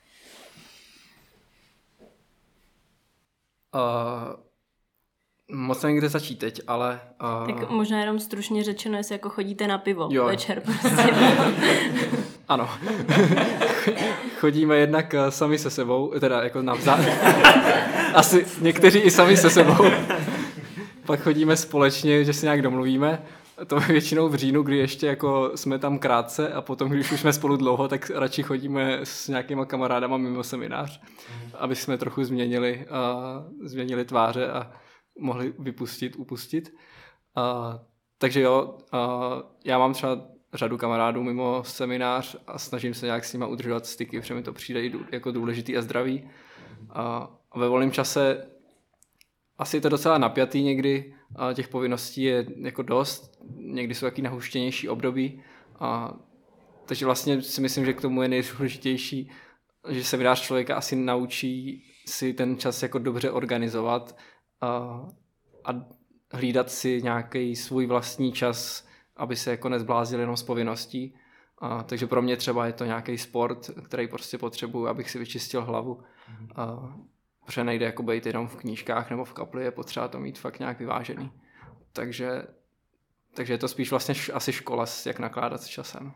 Uh, moc nevím, kde začít teď, ale... Uh... Tak možná jenom stručně řečeno, jestli jako chodíte na pivo jo. večer prostě. Ano. Chodíme jednak sami se sebou, teda jako navzájem. Asi někteří i sami se sebou. Pak chodíme společně, že si nějak domluvíme. To většinou v říjnu, kdy ještě jako jsme tam krátce a potom, když už jsme spolu dlouho, tak radši chodíme s nějakýma kamarádama mimo seminář, aby jsme trochu změnili, uh, změnili tváře a mohli vypustit, upustit. Uh, takže jo, uh, já mám třeba řadu kamarádů mimo seminář a snažím se nějak s nima udržovat styky, protože mi to přijde i jako důležitý a zdravý. Uh, a ve volném čase asi je to docela napjatý někdy, a těch povinností je jako dost, někdy jsou taky nahuštěnější období, a takže vlastně si myslím, že k tomu je nejdůležitější, že seminář člověka asi naučí si ten čas jako dobře organizovat a, a hlídat si nějaký svůj vlastní čas, aby se jako nezbláznil jenom z povinností. A, takže pro mě třeba je to nějaký sport, který prostě potřebuji, abych si vyčistil hlavu. A, protože nejde jako být jenom v knížkách nebo v kapli, je potřeba to mít fakt nějak vyvážený. Takže, takže je to spíš vlastně š, asi škola, jak nakládat s časem.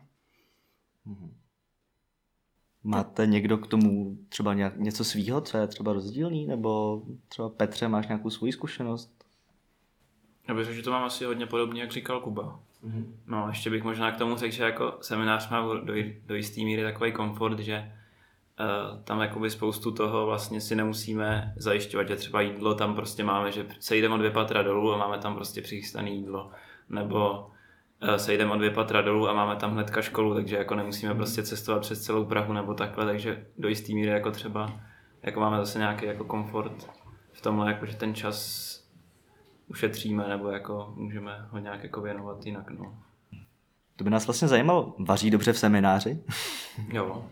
Máte někdo k tomu třeba nějak, něco svýho, co je třeba rozdílný? Nebo třeba Petře, máš nějakou svou zkušenost? Já bych řekl, že to mám asi hodně podobně, jak říkal Kuba. Mm-hmm. No, ještě bych možná k tomu řekl, že jako seminář má do, do jisté míry takový komfort, že Uh, tam jakoby spoustu toho vlastně si nemusíme zajišťovat, že třeba jídlo tam prostě máme, že sejdeme o dvě patra dolů a máme tam prostě přichystané jídlo, nebo uh, sejdeme o dvě patra dolů a máme tam hnedka školu, takže jako nemusíme prostě cestovat přes celou Prahu nebo takhle, takže do jistý míry jako třeba jako máme zase nějaký jako komfort v tomhle, jako že ten čas ušetříme nebo jako můžeme ho nějak jako věnovat jinak, no. To by nás vlastně zajímalo, vaří dobře v semináři? Jo.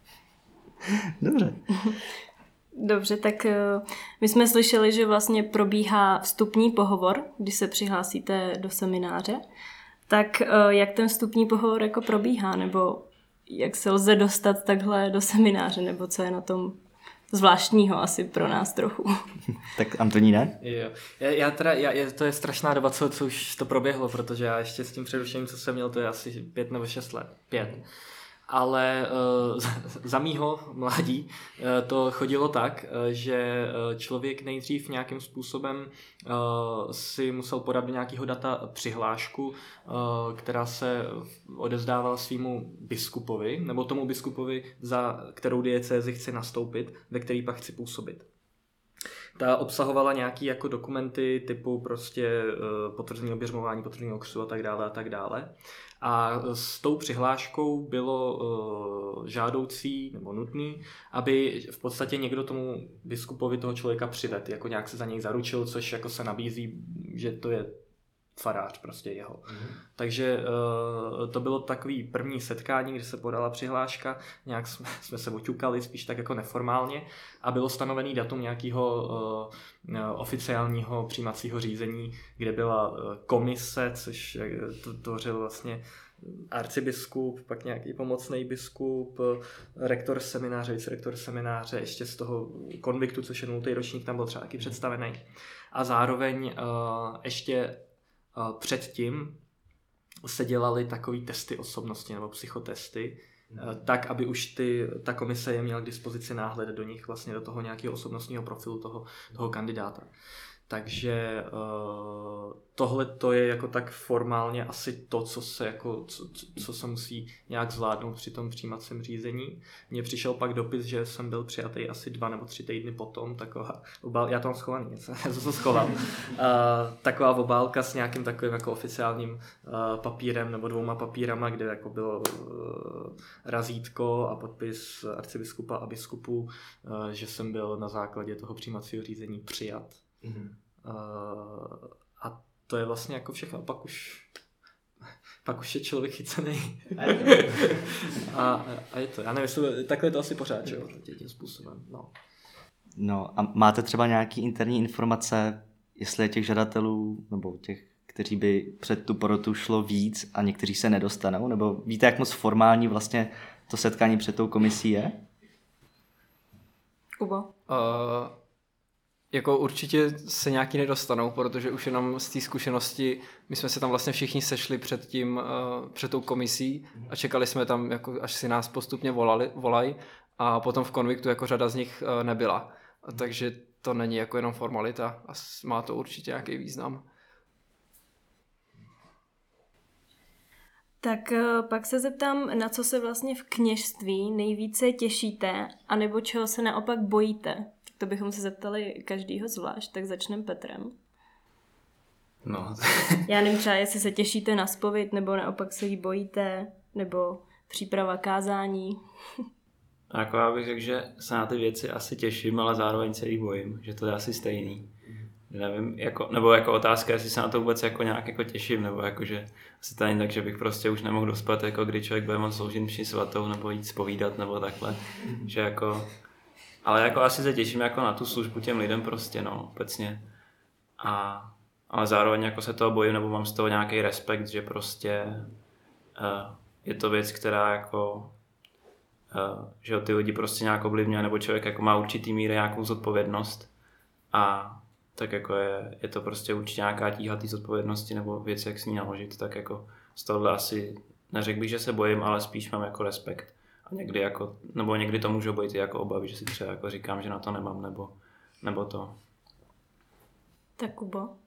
Dobře. Dobře, tak my jsme slyšeli, že vlastně probíhá vstupní pohovor, když se přihlásíte do semináře. Tak jak ten vstupní pohovor jako probíhá, nebo jak se lze dostat takhle do semináře, nebo co je na tom zvláštního asi pro nás trochu. Tak Antoníne? Jo. Já, já teda, já, to je strašná doba, co, co už to proběhlo, protože já ještě s tím přerušením, co jsem měl, to je asi pět nebo šest let. Pět. Ale uh, za mýho mládí uh, to chodilo tak, uh, že člověk nejdřív nějakým způsobem uh, si musel podat do nějakého data přihlášku, uh, která se odevzdávala svýmu biskupovi, nebo tomu biskupovi, za kterou diecézi chci nastoupit, ve který pak chci působit. Ta obsahovala nějaký jako dokumenty typu prostě uh, potvrzení oběřmování, potvrzení okřtu a tak dále a tak dále. A s tou přihláškou bylo uh, žádoucí nebo nutný, aby v podstatě někdo tomu biskupovi toho člověka přivedl, jako nějak se za něj zaručil, což jako se nabízí, že to je farář prostě jeho. Mm. Takže uh, to bylo takový první setkání, kdy se podala přihláška, nějak jsme, jsme se oťukali, spíš tak jako neformálně, a bylo stanovený datum nějakého uh, oficiálního přijímacího řízení, kde byla uh, komise, což to tvořil vlastně arcibiskup, pak nějaký pomocný biskup, rektor semináře, vicerektor semináře, ještě z toho konviktu, což je nultý ročník, tam byl třeba taky představený. A zároveň uh, ještě předtím se dělaly takový testy osobnosti nebo psychotesty, mm. tak, aby už ty, ta komise je měla k dispozici náhled do nich, vlastně do toho nějakého osobnostního profilu toho, toho kandidáta. Takže uh, tohle to je jako tak formálně asi to, co se, jako, co, co se musí nějak zvládnout při tom přijímacím řízení. Mně přišel pak dopis, že jsem byl přijatý asi dva nebo tři týdny potom, taková obál, já to mám schovaný, já jsem to schoval. Uh, taková obálka s nějakým takovým jako oficiálním uh, papírem nebo dvouma papírama, kde jako bylo uh, razítko a podpis arcibiskupa a biskupů, uh, že jsem byl na základě toho přijímacího řízení přijat. Mm-hmm. Uh, a to je vlastně jako všechno. Pak už pak už je člověk chycený. a, a je to. Já nevím, jestli takhle je to asi pořád, že jo, tím způsobem. No. no a máte třeba nějaký interní informace, jestli je těch žadatelů nebo těch, kteří by před tu porotu šlo víc a někteří se nedostanou? Nebo víte, jak moc formální vlastně to setkání před tou komisí je? Kubo? Uh, Jako určitě se nějaký nedostanou, protože už jenom z té zkušenosti, my jsme se tam vlastně všichni sešli před tím, uh, před tou komisí a čekali jsme tam, jako, až si nás postupně volali, volají a potom v konviktu jako řada z nich uh, nebyla. A takže to není jako jenom formalita a má to určitě nějaký význam. Tak uh, pak se zeptám, na co se vlastně v kněžství nejvíce těšíte, anebo čeho se naopak bojíte? To bychom se zeptali každýho zvlášť, tak začneme Petrem. No. Já nevím třeba, jestli se těšíte na zpověď, nebo naopak se jí bojíte, nebo příprava kázání. Jako já bych řekl, že se na ty věci asi těším, ale zároveň se jí bojím, že to je asi stejný. Nevím, jako, nebo jako otázka, jestli se na to vůbec jako nějak jako těším, nebo jako, že asi to není tak, že bych prostě už nemohl dospat, jako kdy člověk bude moct sloužit mši svatou, nebo jít zpovídat, nebo takhle, že jako... Ale jako asi se těším jako na tu službu těm lidem prostě, no, obecně. A, ale zároveň jako se toho bojím, nebo mám z toho nějaký respekt, že prostě uh, je to věc, která jako, uh, že ty lidi prostě nějak ovlivňuje, nebo člověk jako má určitý míry nějakou zodpovědnost a tak jako je, je to prostě určitě nějaká tíha té zodpovědnosti nebo věc, jak s ní naložit, tak jako z tohohle asi neřekl bych, že se bojím, ale spíš mám jako respekt. A někdy jako, nebo někdy to můžou být jako obavy, že si třeba jako říkám, že na to nemám, nebo, nebo to. Tak Kubo? Uh,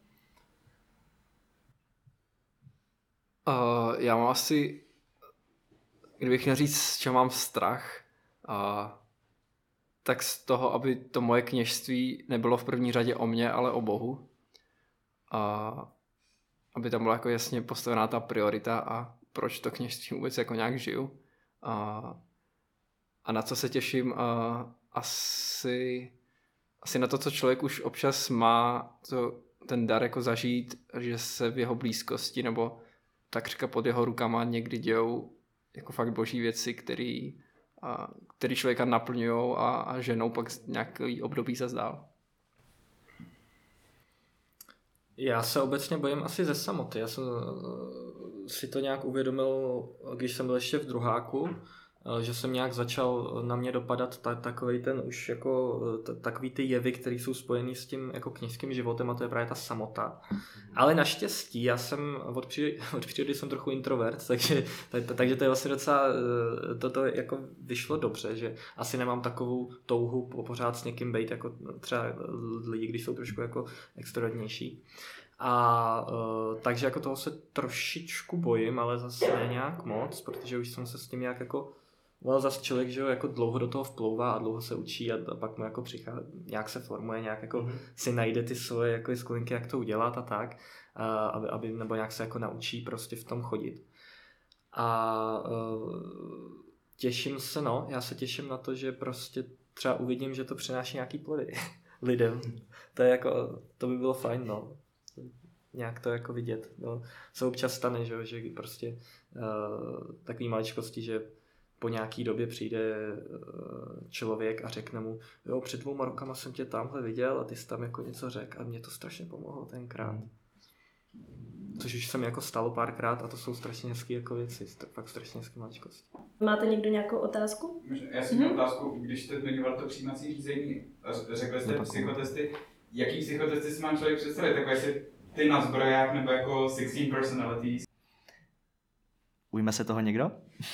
já mám asi, kdybych měl říct, z čeho mám strach, uh, tak z toho, aby to moje kněžství nebylo v první řadě o mně, ale o Bohu. A uh, aby tam byla jako jasně postavená ta priorita a proč to kněžství vůbec jako nějak žiju. Uh, A na co se těším? Uh, asi, asi na to, co člověk už občas má, to, ten dar jako zažít, že se v jeho blízkosti nebo takřka pod jeho rukama někdy dějou jako fakt boží věci, který, uh, který člověka naplňují a, a ženou pak nějaký období zas dál. Já se obecně bojím asi ze samoty. Já jsem si to nějak uvědomil, když jsem byl ještě v druháku, že jsem nějak začal na mě dopadat ta, takovej ten už jako t, takový ty jevy, které jsou spojený s tím jako kněžským životem, a to je právě ta samota. Ale naštěstí já jsem od přírody, od přírody jsem trochu introvert, takže, tak, takže to je vlastně docela toto jako vyšlo dobře, že asi nemám takovou touhu pořád s někým být jako třeba lidi, když jsou trošku jako extrovertnější. A uh, takže jako toho se trošičku bojím, ale zase ne nějak moc, protože už jsem se s tím nějak jako well, zase člověk, že jo, jako dlouho do toho vplouvá a dlouho se učí a, a pak mu jako přichází, nějak se formuje, nějak jako mm-hmm. si najde ty svoje jako sklinky, jak to udělat a tak, uh, aby, aby, nebo nějak se jako naučí prostě v tom chodit. A uh, těším se, no, já se těším na to, že prostě třeba uvidím, že to přináší nějaký plody lidem. To je jako, to by bylo fajn, no. Nějak to jako vidět. No. Se občas stane, že, že prostě uh, takový maličkosti, že po nějaký době přijde uh, člověk a řekne mu, jo, před dvouma rokama jsem tě tamhle viděl a ty jsi tam jako něco řekl a mě to strašně pomohlo tenkrát. Což už se mi jako stalo párkrát a to jsou strašně hezké jako věci, fakt strašně hezké maličkosti. Máte někdo nějakou otázku? Já jsem měl mm-hmm. otázku, když jste zmiňoval to přijímací řízení, řekli jste no, psychotesty, jaký psychotesty si má člověk představit, takové si ty na zbrojách nebo jako sixteen personalities? Ujme se toho někdo?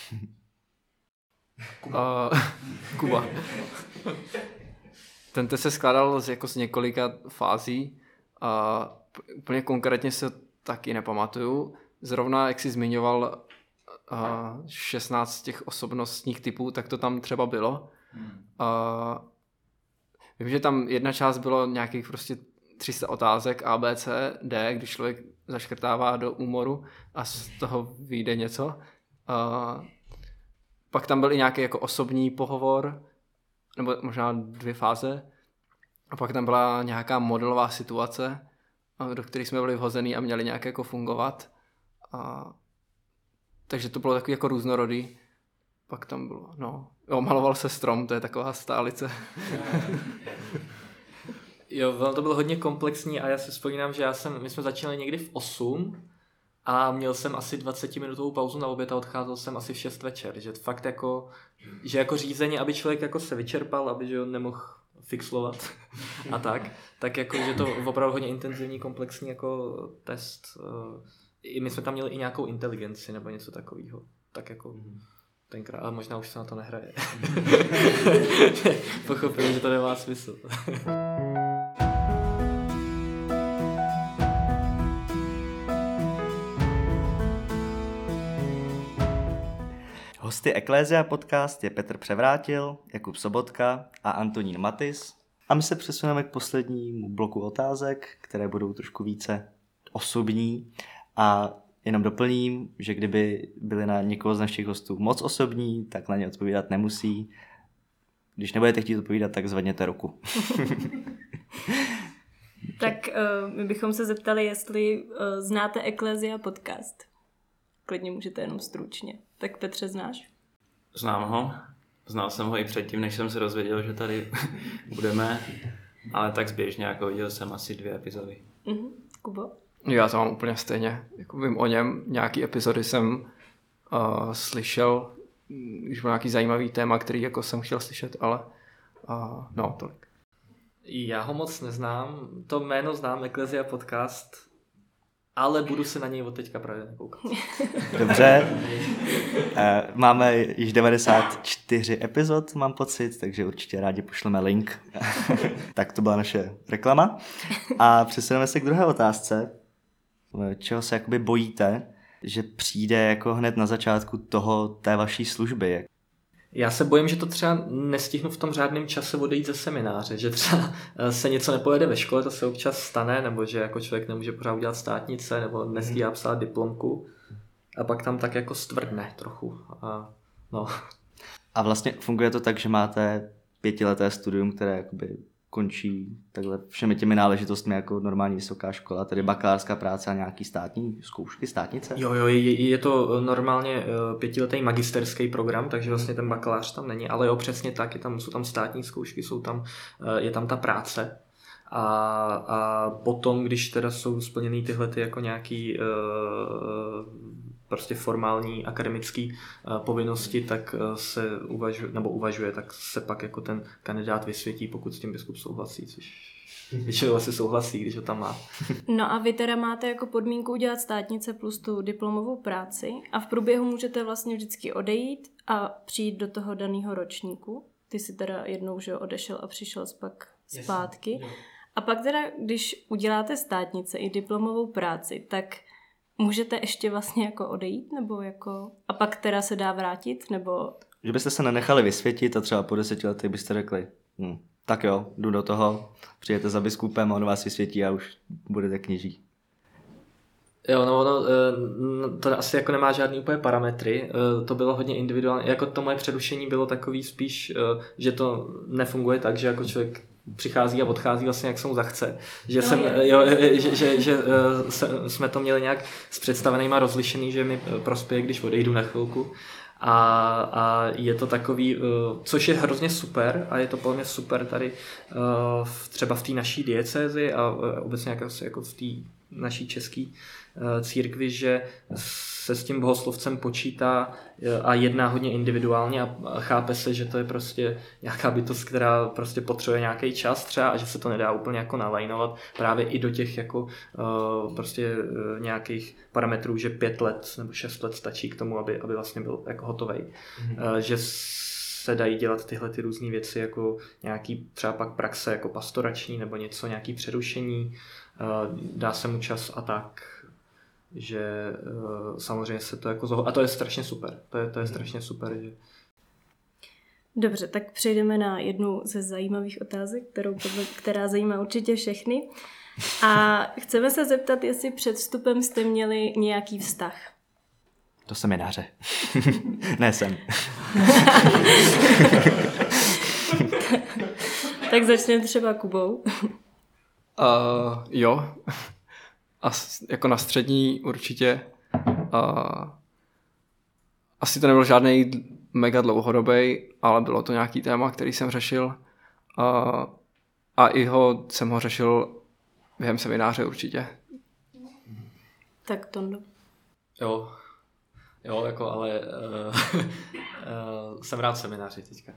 Kuba. Uh, Kuba. Ten test se skládal z, jako z několika fází A úplně konkrétně se taky nepamatuju. Zrovna, jak jsi zmiňoval uh, šestnáct těch osobnostních typů, tak to tam třeba bylo. Hmm. Uh, vím, že tam jedna část bylo nějakých prostě tři sta otázek A, B, C, D, když člověk zaškrtává do úmoru a z toho vyjde něco. Uh, pak tam byl i nějaký jako osobní pohovor, nebo možná dvě fáze. A pak tam byla nějaká modelová situace, do které jsme byli vhozený a měli nějak jako fungovat. A takže to bylo takový jako různorodý. Pak tam bylo, no, jo, maloval se strom, to je taková stálice. Jo, to bylo hodně komplexní a já si vzpomínám, že já jsem, my jsme začínali někdy v osm a měl jsem asi dvacetiminutovou pauzu na oběd a odcházel jsem asi v šest večer, že fakt jako, že jako řízení, aby člověk jako se vyčerpal, aby že nemohl fixlovat a tak, tak jako, že to opravdu hodně intenzivní, komplexní jako test. I my jsme tam měli i nějakou inteligenci nebo něco takového, tak jako tenkrát, ale možná už se na to nehraje. Pochopili, že to nemá smysl. Hosty Eklézia podcast je Petr Převrátil, Jakub Sobotka a Antonín Matis. A my se přesuneme k poslednímu bloku otázek, které budou trošku více osobní. A jenom doplním, že kdyby byly na někoho z našich hostů moc osobní, tak na ně odpovídat nemusí. Když nebudete chtít odpovídat, tak zvedněte ruku. Tak uh, my bychom se zeptali, jestli uh, znáte Eklézia podcast. Klidně můžete jenom stručně. Tak Petře, znáš? Znám ho. Znal jsem ho i předtím, než jsem se dozvěděl, že tady budeme. Ale tak zběžně, jako viděl jsem asi dvě epizody. Uh-huh. Kubo? Já to mám úplně stejně. Jako vím o něm, nějaký epizody jsem uh, slyšel, když byl nějaký zajímavý téma, který jako jsem chtěl slyšet, ale uh, no, tolik. Já ho moc neznám, to jméno znám, Eklézia podcast, ale budu se na něj od teďka právě koukat. Dobře, máme již devadesát čtyři epizod, mám pocit, takže určitě rádi pošleme link. Tak to byla naše reklama. A přesuneme se k druhé otázce. Čeho se jakoby bojíte, že přijde jako hned na začátku toho té vaší služby? Já se bojím, že to třeba nestihnu v tom řádném čase odejít ze semináře, že třeba se něco nepovede ve škole, to se občas stane, nebo že jako člověk nemůže pořád udělat státnice, nebo nestíhá psát diplomku a pak tam tak jako stvrdne trochu. A, no. A vlastně funguje to tak, že máte pětileté studium, které jakoby končí takhle všemi těmi náležitostmi jako normální vysoká škola, tedy bakalářská práce a nějaký státní zkoušky, státnice? Jo, jo, je, je to normálně pětiletý magisterský program, takže vlastně ten bakalář tam není, ale jo, přesně tak, je tam, jsou tam státní zkoušky, jsou tam, je tam ta práce. A, a potom, když teda jsou splněný tyhle ty jako nějaký uh, prostě formální akademický uh, povinnosti, tak uh, se uvažuje, nebo uvažuje, tak se pak jako ten kandidát vysvětí, pokud s tím biskup souhlasí, což většinou asi souhlasí, když ho tam má. No a vy teda máte jako podmínku udělat státnice plus tu diplomovou práci a v průběhu můžete vlastně vždycky odejít a přijít do toho daného ročníku. Ty jsi teda jednou, že odešel a přišel pak zpátky. Yes. A pak teda, když uděláte státnice i diplomovou práci, tak můžete ještě vlastně jako odejít, nebo jako... A pak teda se dá vrátit, nebo... Že byste se nenechali vysvětit a třeba po deseti letech byste řekli, hm, tak jo, jdu do toho, přijete za biskupem a on vás vysvětí a už budete kněží. Jo, no, no, to asi jako nemá žádný úplně parametry, to bylo hodně individuální, jako to moje přerušení bylo takový spíš, že to nefunguje tak, že jako člověk přichází a odchází vlastně, jak se mu zachce. Že, no, jsem, jo, že, že, že se, jsme to měli nějak s představenýma rozlišený, že mi prospěje, když odejdu na chvilku. A, a je to takový, což je hrozně super a je to podle mě super tady třeba v té naší diecézi a obecně jako, jako v té naší české církvi, že se s tím bohoslovcem počítá a jedná hodně individuálně a chápe se, že to je prostě nějaká bytost, která prostě potřebuje nějaký čas třeba a že se to nedá úplně jako nalajnovat právě i do těch jako prostě nějakých parametrů, že pět let nebo šest let stačí k tomu, aby, aby vlastně byl jako hotovej. Mm-hmm. Že se dají dělat tyhle ty různé věci jako nějaký třeba pak praxe jako pastorační nebo něco, nějaký přerušení dá se mu čas a tak, že samozřejmě se to jako zoho... A to je strašně super, to je, to je strašně super, že... Dobře, tak přejdeme na jednu ze zajímavých otázek, kterou, která zajímá určitě všechny. A chceme se zeptat, jestli před vstupem jste měli nějaký vztah. Do semináře. Ne jsem. Tak začneme třeba Kubou. Uh, jo. A jako na střední určitě. Uh, asi to nebyl žádný mega dlouhodobý, ale bylo to nějaký téma, který jsem řešil. Uh, a i ho jsem ho řešil během semináře určitě. Tak Tondo. Jo. Jo, jako, ale uh, uh, jsem rád v semináři teďka.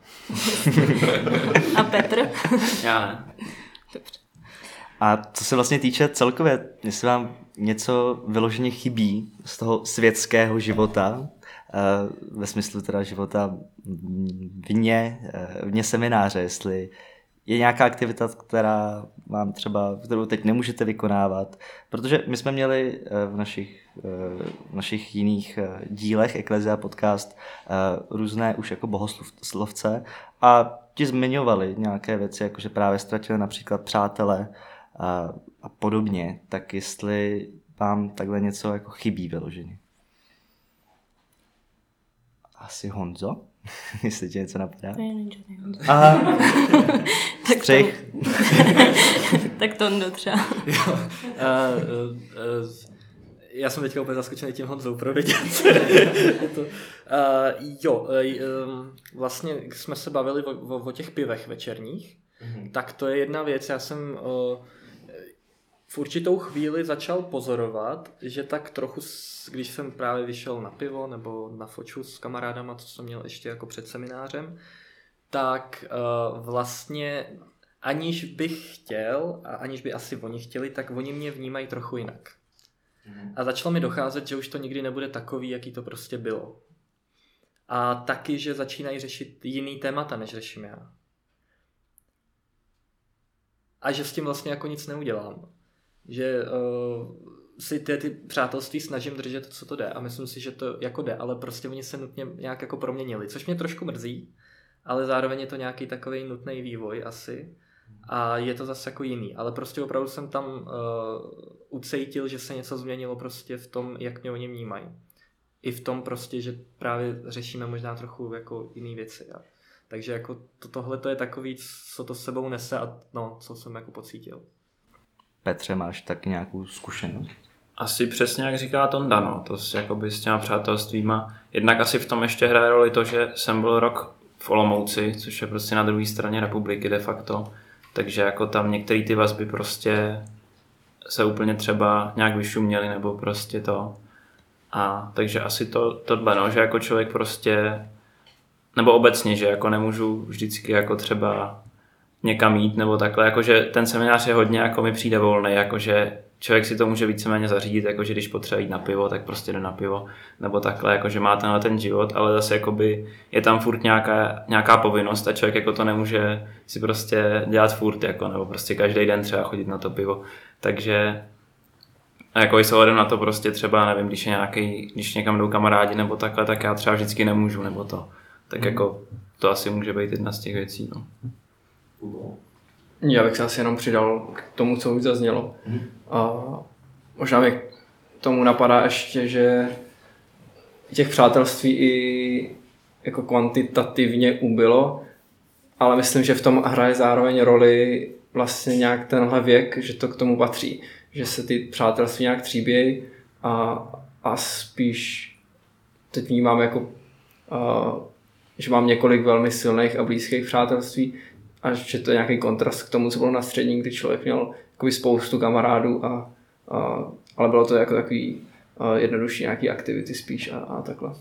A Petr? Já ne. Dobře. A co se vlastně týče celkově, jestli vám něco vyloženě chybí z toho světského života, uh, ve smyslu teda života vně, uh, vně semináře, jestli je nějaká aktivita, která vám třeba, kterou teď nemůžete vykonávat, protože my jsme měli v našich, v našich jiných dílech Ecclesia Podcast různé už jako bohoslovce a ti zmiňovali nějaké věci, jakože právě ztratili například přátele a, a podobně, tak jestli vám takhle něco jako chybí vyloženě. Asi Honzo? Jestli tě něco napadá. To je žádný Honzo. Aha. Střih. Tak Tondo třeba. Jo. Uh, uh, uh, já jsem teďka úplně zaskočený tím Honzou, provědět. uh, jo, uh, um, vlastně jsme se bavili o, o, o těch pivech večerních, mm-hmm. tak to je jedna věc. Já jsem uh, v určitou chvíli začal pozorovat, že tak trochu, když jsem právě vyšel na pivo nebo na foču s kamarádama, co jsem měl ještě jako před seminářem, tak uh, vlastně aniž bych chtěl a aniž by asi oni chtěli, tak oni mě vnímají trochu jinak. Mm. A začalo mi docházet, že už to nikdy nebude takový, jaký to prostě bylo. A taky, že začínají řešit jiný témata, než řeším já. A že s tím vlastně jako nic neudělám. Že uh, si ty, ty přátelství snažím držet, co to jde. A myslím si, že to jako jde, ale prostě oni se nutně nějak jako proměnili. Což mě trošku mrzí, ale zároveň je to nějaký takový nutný vývoj asi. A je to zase jako jiný. Ale prostě opravdu jsem tam uh, ucítil, že se něco změnilo prostě v tom, jak mě oni vnímají. I v tom prostě, že právě řešíme možná trochu jako jiný věci. A, takže jako to, tohle to je takový, co to s sebou nese a no, co jsem jako pocítil. Petře, máš taky nějakou zkušenost? Asi přesně jak říká Tonda, no. To s, jakoby, s těma přátelstvíma. Jednak asi v tom ještě hraje roli to, že jsem byl rok v Olomouci, což je prostě na druhé straně republiky de facto. Takže jako tam některé ty vazby prostě se úplně třeba nějak vyšuměly nebo prostě to. A takže asi to, tohle, no, že jako člověk prostě, nebo obecně, že jako nemůžu vždycky jako třeba někam jít nebo takhle, jakože ten seminář je hodně, jako mi přijde volný, jakože člověk si to může víceméně zařídit, jakože když potřebuje jít na pivo, tak prostě jde na pivo, nebo takhle, jakože má tenhle ten život, ale zase jakoby je tam furt nějaká, nějaká povinnost a člověk jako to nemůže si prostě dělat furt, jako, nebo prostě každý den třeba chodit na to pivo, takže jako i s ohledem na to prostě třeba, nevím, když je nějaký, když někam jdou kamarádi nebo takhle, tak já třeba vždycky nemůžu, nebo to, tak mm. jako to asi může být jedna z těch věcí, no. Já bych se asi jenom přidal k tomu, co už zaznělo. A možná mi k tomu napadá ještě, že těch přátelství i jako kvantitativně ubylo, ale myslím, že v tom hraje zároveň roli vlastně nějak tenhle věk, že to k tomu patří. Že se ty přátelství nějak tříbějí a, a spíš teď vnímám jako, a, že mám několik velmi silných a blízkých přátelství, a že to je nějaký kontrast k tomu, co bylo na střední, kdy člověk měl spoustu kamarádů, a, a, ale bylo to jako takový a, jednodušší nějaký aktivity spíš a, a takhle.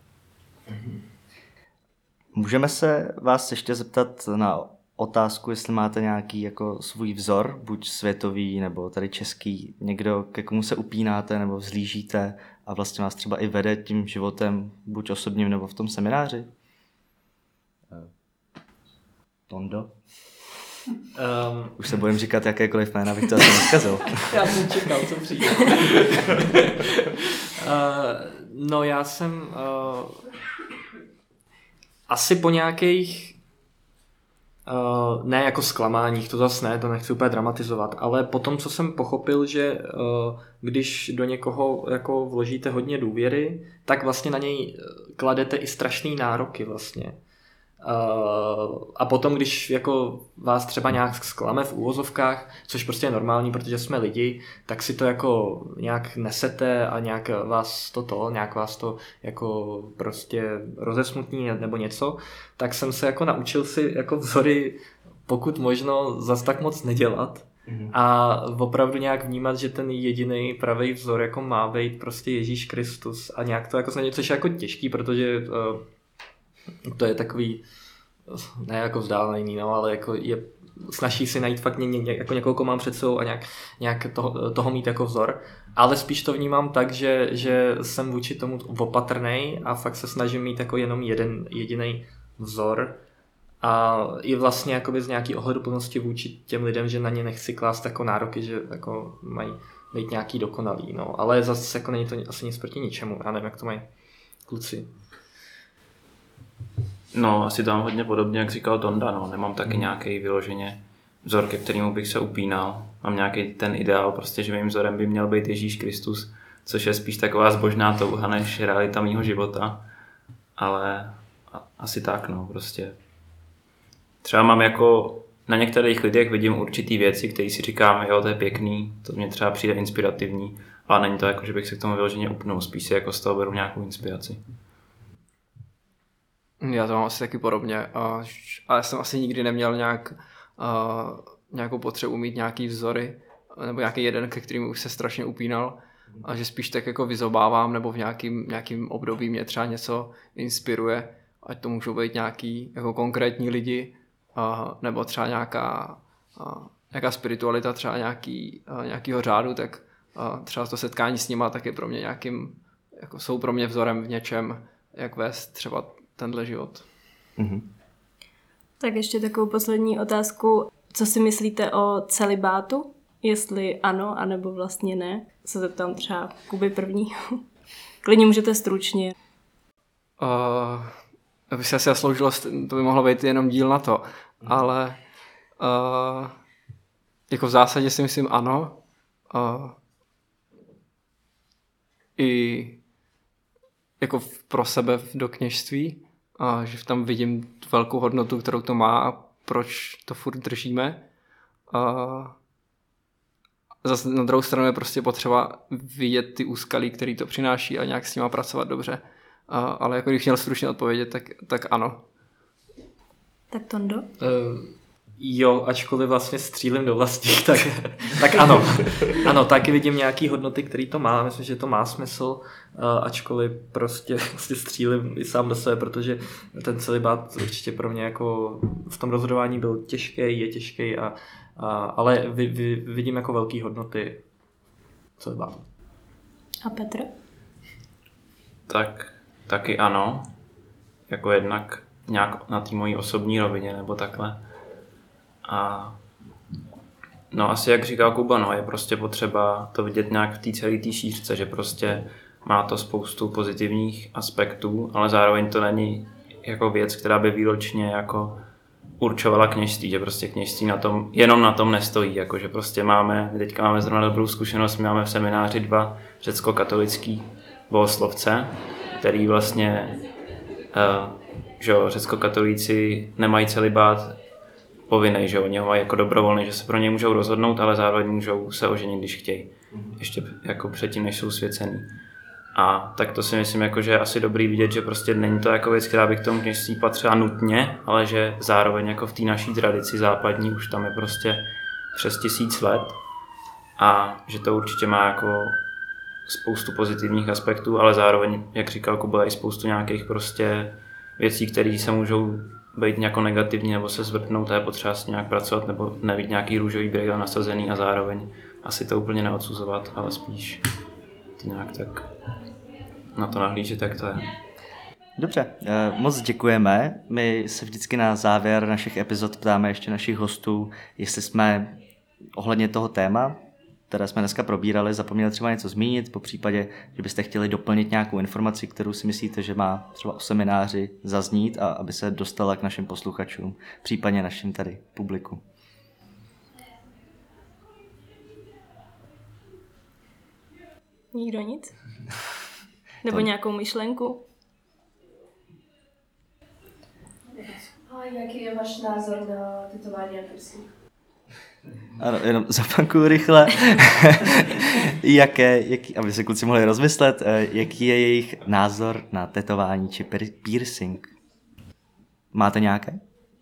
Můžeme se vás ještě zeptat na otázku, jestli máte nějaký jako svůj vzor, buď světový nebo tady český, někdo, ke komu se upínáte nebo vzhlížíte a vlastně vás třeba i vede tím životem, buď osobním nebo v tom semináři? Tondo? Um, Už se bojím říkat jakékoliv jména, abych to asi neskazil. Já jsem čekal, co přijde. uh, no já jsem uh, asi po nějakých Uh, ne jako zklamáních, to zase ne, to nechci úplně dramatizovat, ale po tom, co jsem pochopil, že uh, když do někoho jako vložíte hodně důvěry, tak vlastně na něj kladete i strašný nároky vlastně. Uh, a potom, když jako vás třeba nějak zklame v úvozovkách, což prostě je normální, protože jsme lidi, tak si to jako nějak nesete a nějak vás to to, nějak vás to jako prostě rozesmutní nebo něco, tak jsem se jako naučil si jako vzory pokud možno zas tak moc nedělat mm-hmm. a opravdu nějak vnímat, že ten jediný pravý vzor jako má být prostě Ježíš Kristus a nějak to jako snadně, což je jako těžký, protože uh, to je takový, ne jako vzdálený, no, ale jako je, snaží si najít fakt ně, ně, jako někoho, koho mám před sebou a nějak, nějak toho, toho mít jako vzor. Ale spíš to vnímám tak, že, že jsem vůči tomu opatrnej a fakt se snažím mít jako jenom jeden jediný vzor. A i vlastně jakoby z nějaký ohleduplnosti vůči těm lidem, že na ně nechci klást jako nároky, že jako mají být nějaký dokonalý. No. Ale zase jako není to asi nic proti ničemu. Já nevím, jak to mají kluci. No, asi to mám hodně podobně, jak říkal Tonda, no. Nemám taky hmm. nějaký vyloženě vzor, ke kterému bych se upínal. Mám nějaký ten ideál, prostě, že mým vzorem by měl být Ježíš Kristus, což je spíš taková zbožná touha, než realita mýho života. Ale asi tak, no, prostě. Třeba mám jako, na některých lidech vidím určitý věci, které si říkám, jo, to je pěkný, to mě třeba přijde inspirativní, ale není to jako, že bych se k tomu vyloženě upnul, spíš si jako z toho beru nějakou inspiraci. Já to mám asi taky podobně, a, a já jsem asi nikdy neměl nějak, a, nějakou potřebu mít nějaký vzory, nebo nějaký jeden, ke kterým už se strašně upínal, a že spíš tak jako vyzobávám, nebo v nějakým, nějakým období mě třeba něco inspiruje, ať to můžou být nějaký jako konkrétní lidi, a, nebo třeba nějaká, a, nějaká spiritualita, třeba nějaký, a, nějakýho řádu, tak a, třeba to setkání s nima tak je pro mě nějakým, jako jsou pro mě vzorem v něčem, jak vést třeba tenhle život. Mm-hmm. Tak ještě takovou poslední otázku. Co si myslíte o celibátu? Jestli ano, anebo vlastně ne? Se zeptám třeba Kuby první. Klidně můžete stručně. Uh, aby se asi zasloužilo, to by mohlo být jenom díl na to. Mm. Ale uh, jako v zásadě si myslím ano. Uh, I jako pro sebe do kněžství. A že tam vidím tu velkou hodnotu, kterou to má a proč to furt držíme. A zase na druhou stranu je prostě potřeba vidět ty úskalí, který to přináší a nějak s nima pracovat dobře. A, ale jako když měl stručně odpovědět, tak, tak ano. Tak Tondo? Uh, jo, ačkoliv vlastně střílím do vlastí, tak, tak ano. Ano, taky vidím nějaký hodnoty, který to má. Myslím, že to má smysl, uh, ačkoliv prostě, prostě střílím i sám do sebe, protože ten celibát určitě pro mě jako v tom rozhodování byl těžký, je těžký, a, a, ale vy, vy, vidím jako velký hodnoty celibátu. A Petr? Tak taky ano. Jako jednak nějak na té mojí osobní rovině nebo takhle. A no asi jak říkal Kuba, no, je prostě potřeba to vidět nějak v té celé té šířce, že prostě má to spoustu pozitivních aspektů, ale zároveň to není jako věc, která by výročně jako určovala kněžství, že prostě kněžství na tom, jenom na tom nestojí, jako že prostě máme, teďka máme zrovna dobrou zkušenost, my máme v semináři dva řecko-katolický bohoslovce, který vlastně, uh, že řecko-katolíci nemají celibát povinnej, že oni ho mají jako dobrovolný, že se pro ně můžou rozhodnout, ale zároveň můžou se oženit, když chtějí. Ještě jako předtím, než jsou svěcený. A tak to si myslím, jako, že je asi dobrý vidět, že prostě není to jako věc, která by k tomu kněžství patřila nutně, ale že zároveň jako v té naší tradici západní už tam je prostě přes tisíc let a že to určitě má jako spoustu pozitivních aspektů, ale zároveň, jak říkal Kuba, i spoustu nějakých prostě věcí, které se můžou být nějak negativní nebo se zvrtnout a je potřeba s nějak pracovat nebo nebýt nějaký růžový brýle nasazený a zároveň asi to úplně neodsuzovat, ale spíš to nějak tak na to nahlížet, jak to je. Dobře, moc děkujeme. My se vždycky na závěr našich epizod ptáme ještě našich hostů, jestli jsme ohledně toho téma, které jsme dneska probírali, zapomněli třeba něco zmínit, po případě, že byste chtěli doplnit nějakou informaci, kterou si myslíte, že má třeba o semináři zaznít a aby se dostala k našim posluchačům, případně našim tady publiku. Nikdo nic? Nebo to... nějakou myšlenku? A jaký je váš názor na tetování a piercing? Ano, jenom zapankuju rychle. Jaké, jaký, aby se kluci mohli rozmyslet, jaký je jejich názor na tetování či piercing? Máte nějaké?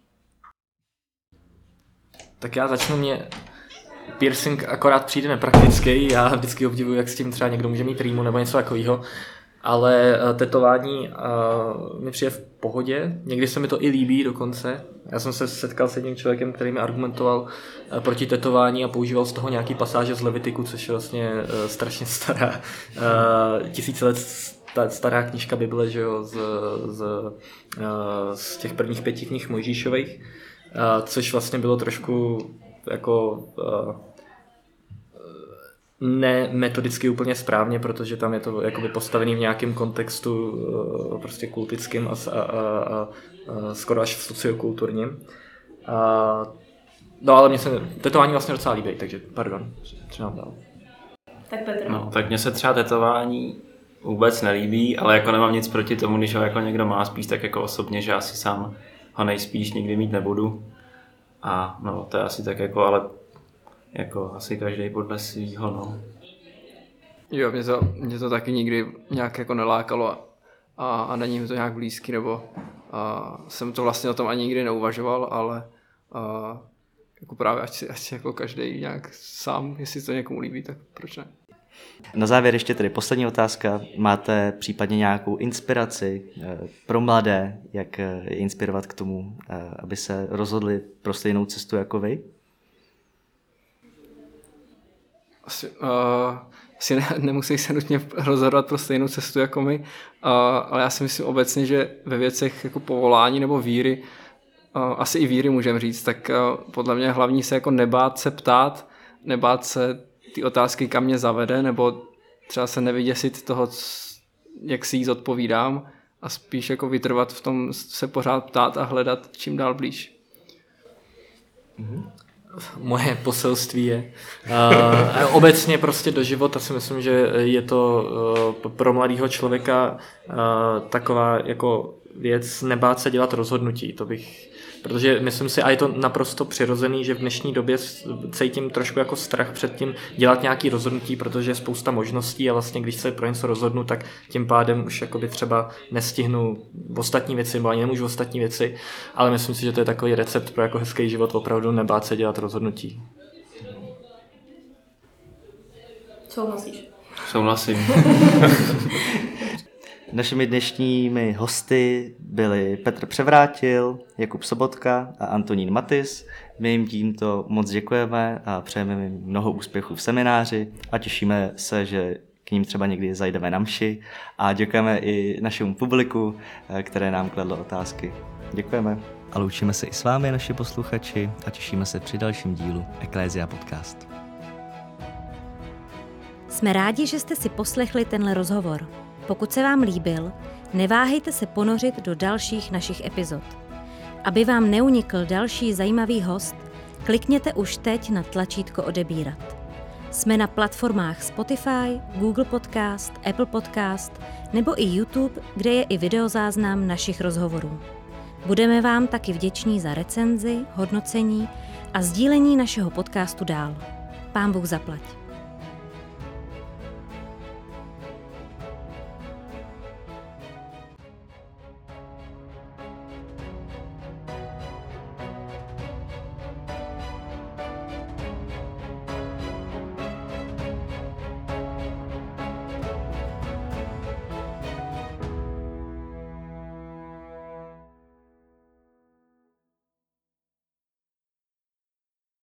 Tak já začnu, mě piercing akorát přijde nepraktický, já vždycky obdivuji, jak s tím třeba někdo může mít rýmu nebo něco takového, ale tetování uh, mi přijde v pohodě, někdy se mi to i líbí dokonce. Já jsem se setkal s jedním člověkem, který mi argumentoval uh, proti tetování a používal z toho nějaký pasáže z Levitiku, což je vlastně uh, strašně stará, uh, tisíce let stará knížka Bible, že jo, z, z, uh, z těch prvních pěti knih Mojžíšových, uh, což vlastně bylo trošku jako uh, ne metodicky úplně správně, protože tam je to jakoby postavený v nějakém kontextu uh, prostě kultickým a, a, a, a skoro až sociokulturním. A, no ale mně se tetování vlastně docela líbí, takže pardon, třeba dál. Tak Petr. No, tak mně se třeba tetování vůbec nelíbí, ale jako nemám nic proti tomu, když ho jako někdo má, spíš tak jako osobně, že asi sám ho nejspíš nikdy mít nebudu. A no, to je asi tak jako, ale jako asi každý podle svýho, no. Jo, mě to, mě to taky nikdy nějak jako nelákalo a, a, a není mi to nějak blízký, nebo a, jsem to vlastně o tom ani nikdy neuvažoval, ale a, jako právě ať si, ať si jako každý nějak sám, jestli to někomu líbí, tak proč ne? Na závěr ještě tedy poslední otázka. Máte případně nějakou inspiraci pro mladé, jak je inspirovat k tomu, aby se rozhodli pro stejnou cestu jako vy? Asi, uh, asi ne, nemusí se nutně rozhodovat pro stejnou cestu jako my, uh, ale já si myslím obecně, že ve věcech jako povolání nebo víry, uh, asi i víry můžeme říct, tak uh, podle mě hlavní se jako nebát se ptát, nebát se ty otázky, kam mě zavede, nebo třeba se nevyděsit toho, jak si jí zodpovídám a spíš jako vytrvat v tom se pořád ptát a hledat čím dál blíž. Mm-hmm. Moje poselství je uh, obecně prostě do života si myslím, že je to uh, pro mladého člověka uh, taková jako věc nebát se dělat rozhodnutí, to bych, protože myslím si, a je to naprosto přirozený, že v dnešní době cítím trošku jako strach před tím dělat nějaký rozhodnutí, protože je spousta možností a vlastně když se pro něco rozhodnu, tak tím pádem už jakoby třeba nestihnu ostatní věci, nebo ani nemůžu ostatní věci, ale myslím si, že to je takový recept pro jako hezký život, opravdu nebát se dělat rozhodnutí. Souhlasíš? Souhlasím. Našimi dnešními hosty byli Petr Převrátil, Jakub Sobotka a Antonín Matis. My jim tímto moc děkujeme a přejeme jim mnoho úspěchů v semináři a těšíme se, že k ním třeba někdy zajdeme na mši a děkujeme i našemu publiku, které nám kladlo otázky. Děkujeme. A loučíme se i s vámi, naši posluchači, a těšíme se při dalším dílu Ecclesia Podcast. Jsme rádi, že jste si poslechli tenhle rozhovor. Pokud se vám líbil, neváhejte se ponořit do dalších našich epizod. Aby vám neunikl další zajímavý host, klikněte už teď na tlačítko odebírat. Jsme na platformách Spotify, Google Podcast, Apple Podcast nebo i YouTube, kde je i videozáznam našich rozhovorů. Budeme vám taky vděční za recenzi, hodnocení a sdílení našeho podcastu dál. Pán Bůh zaplať.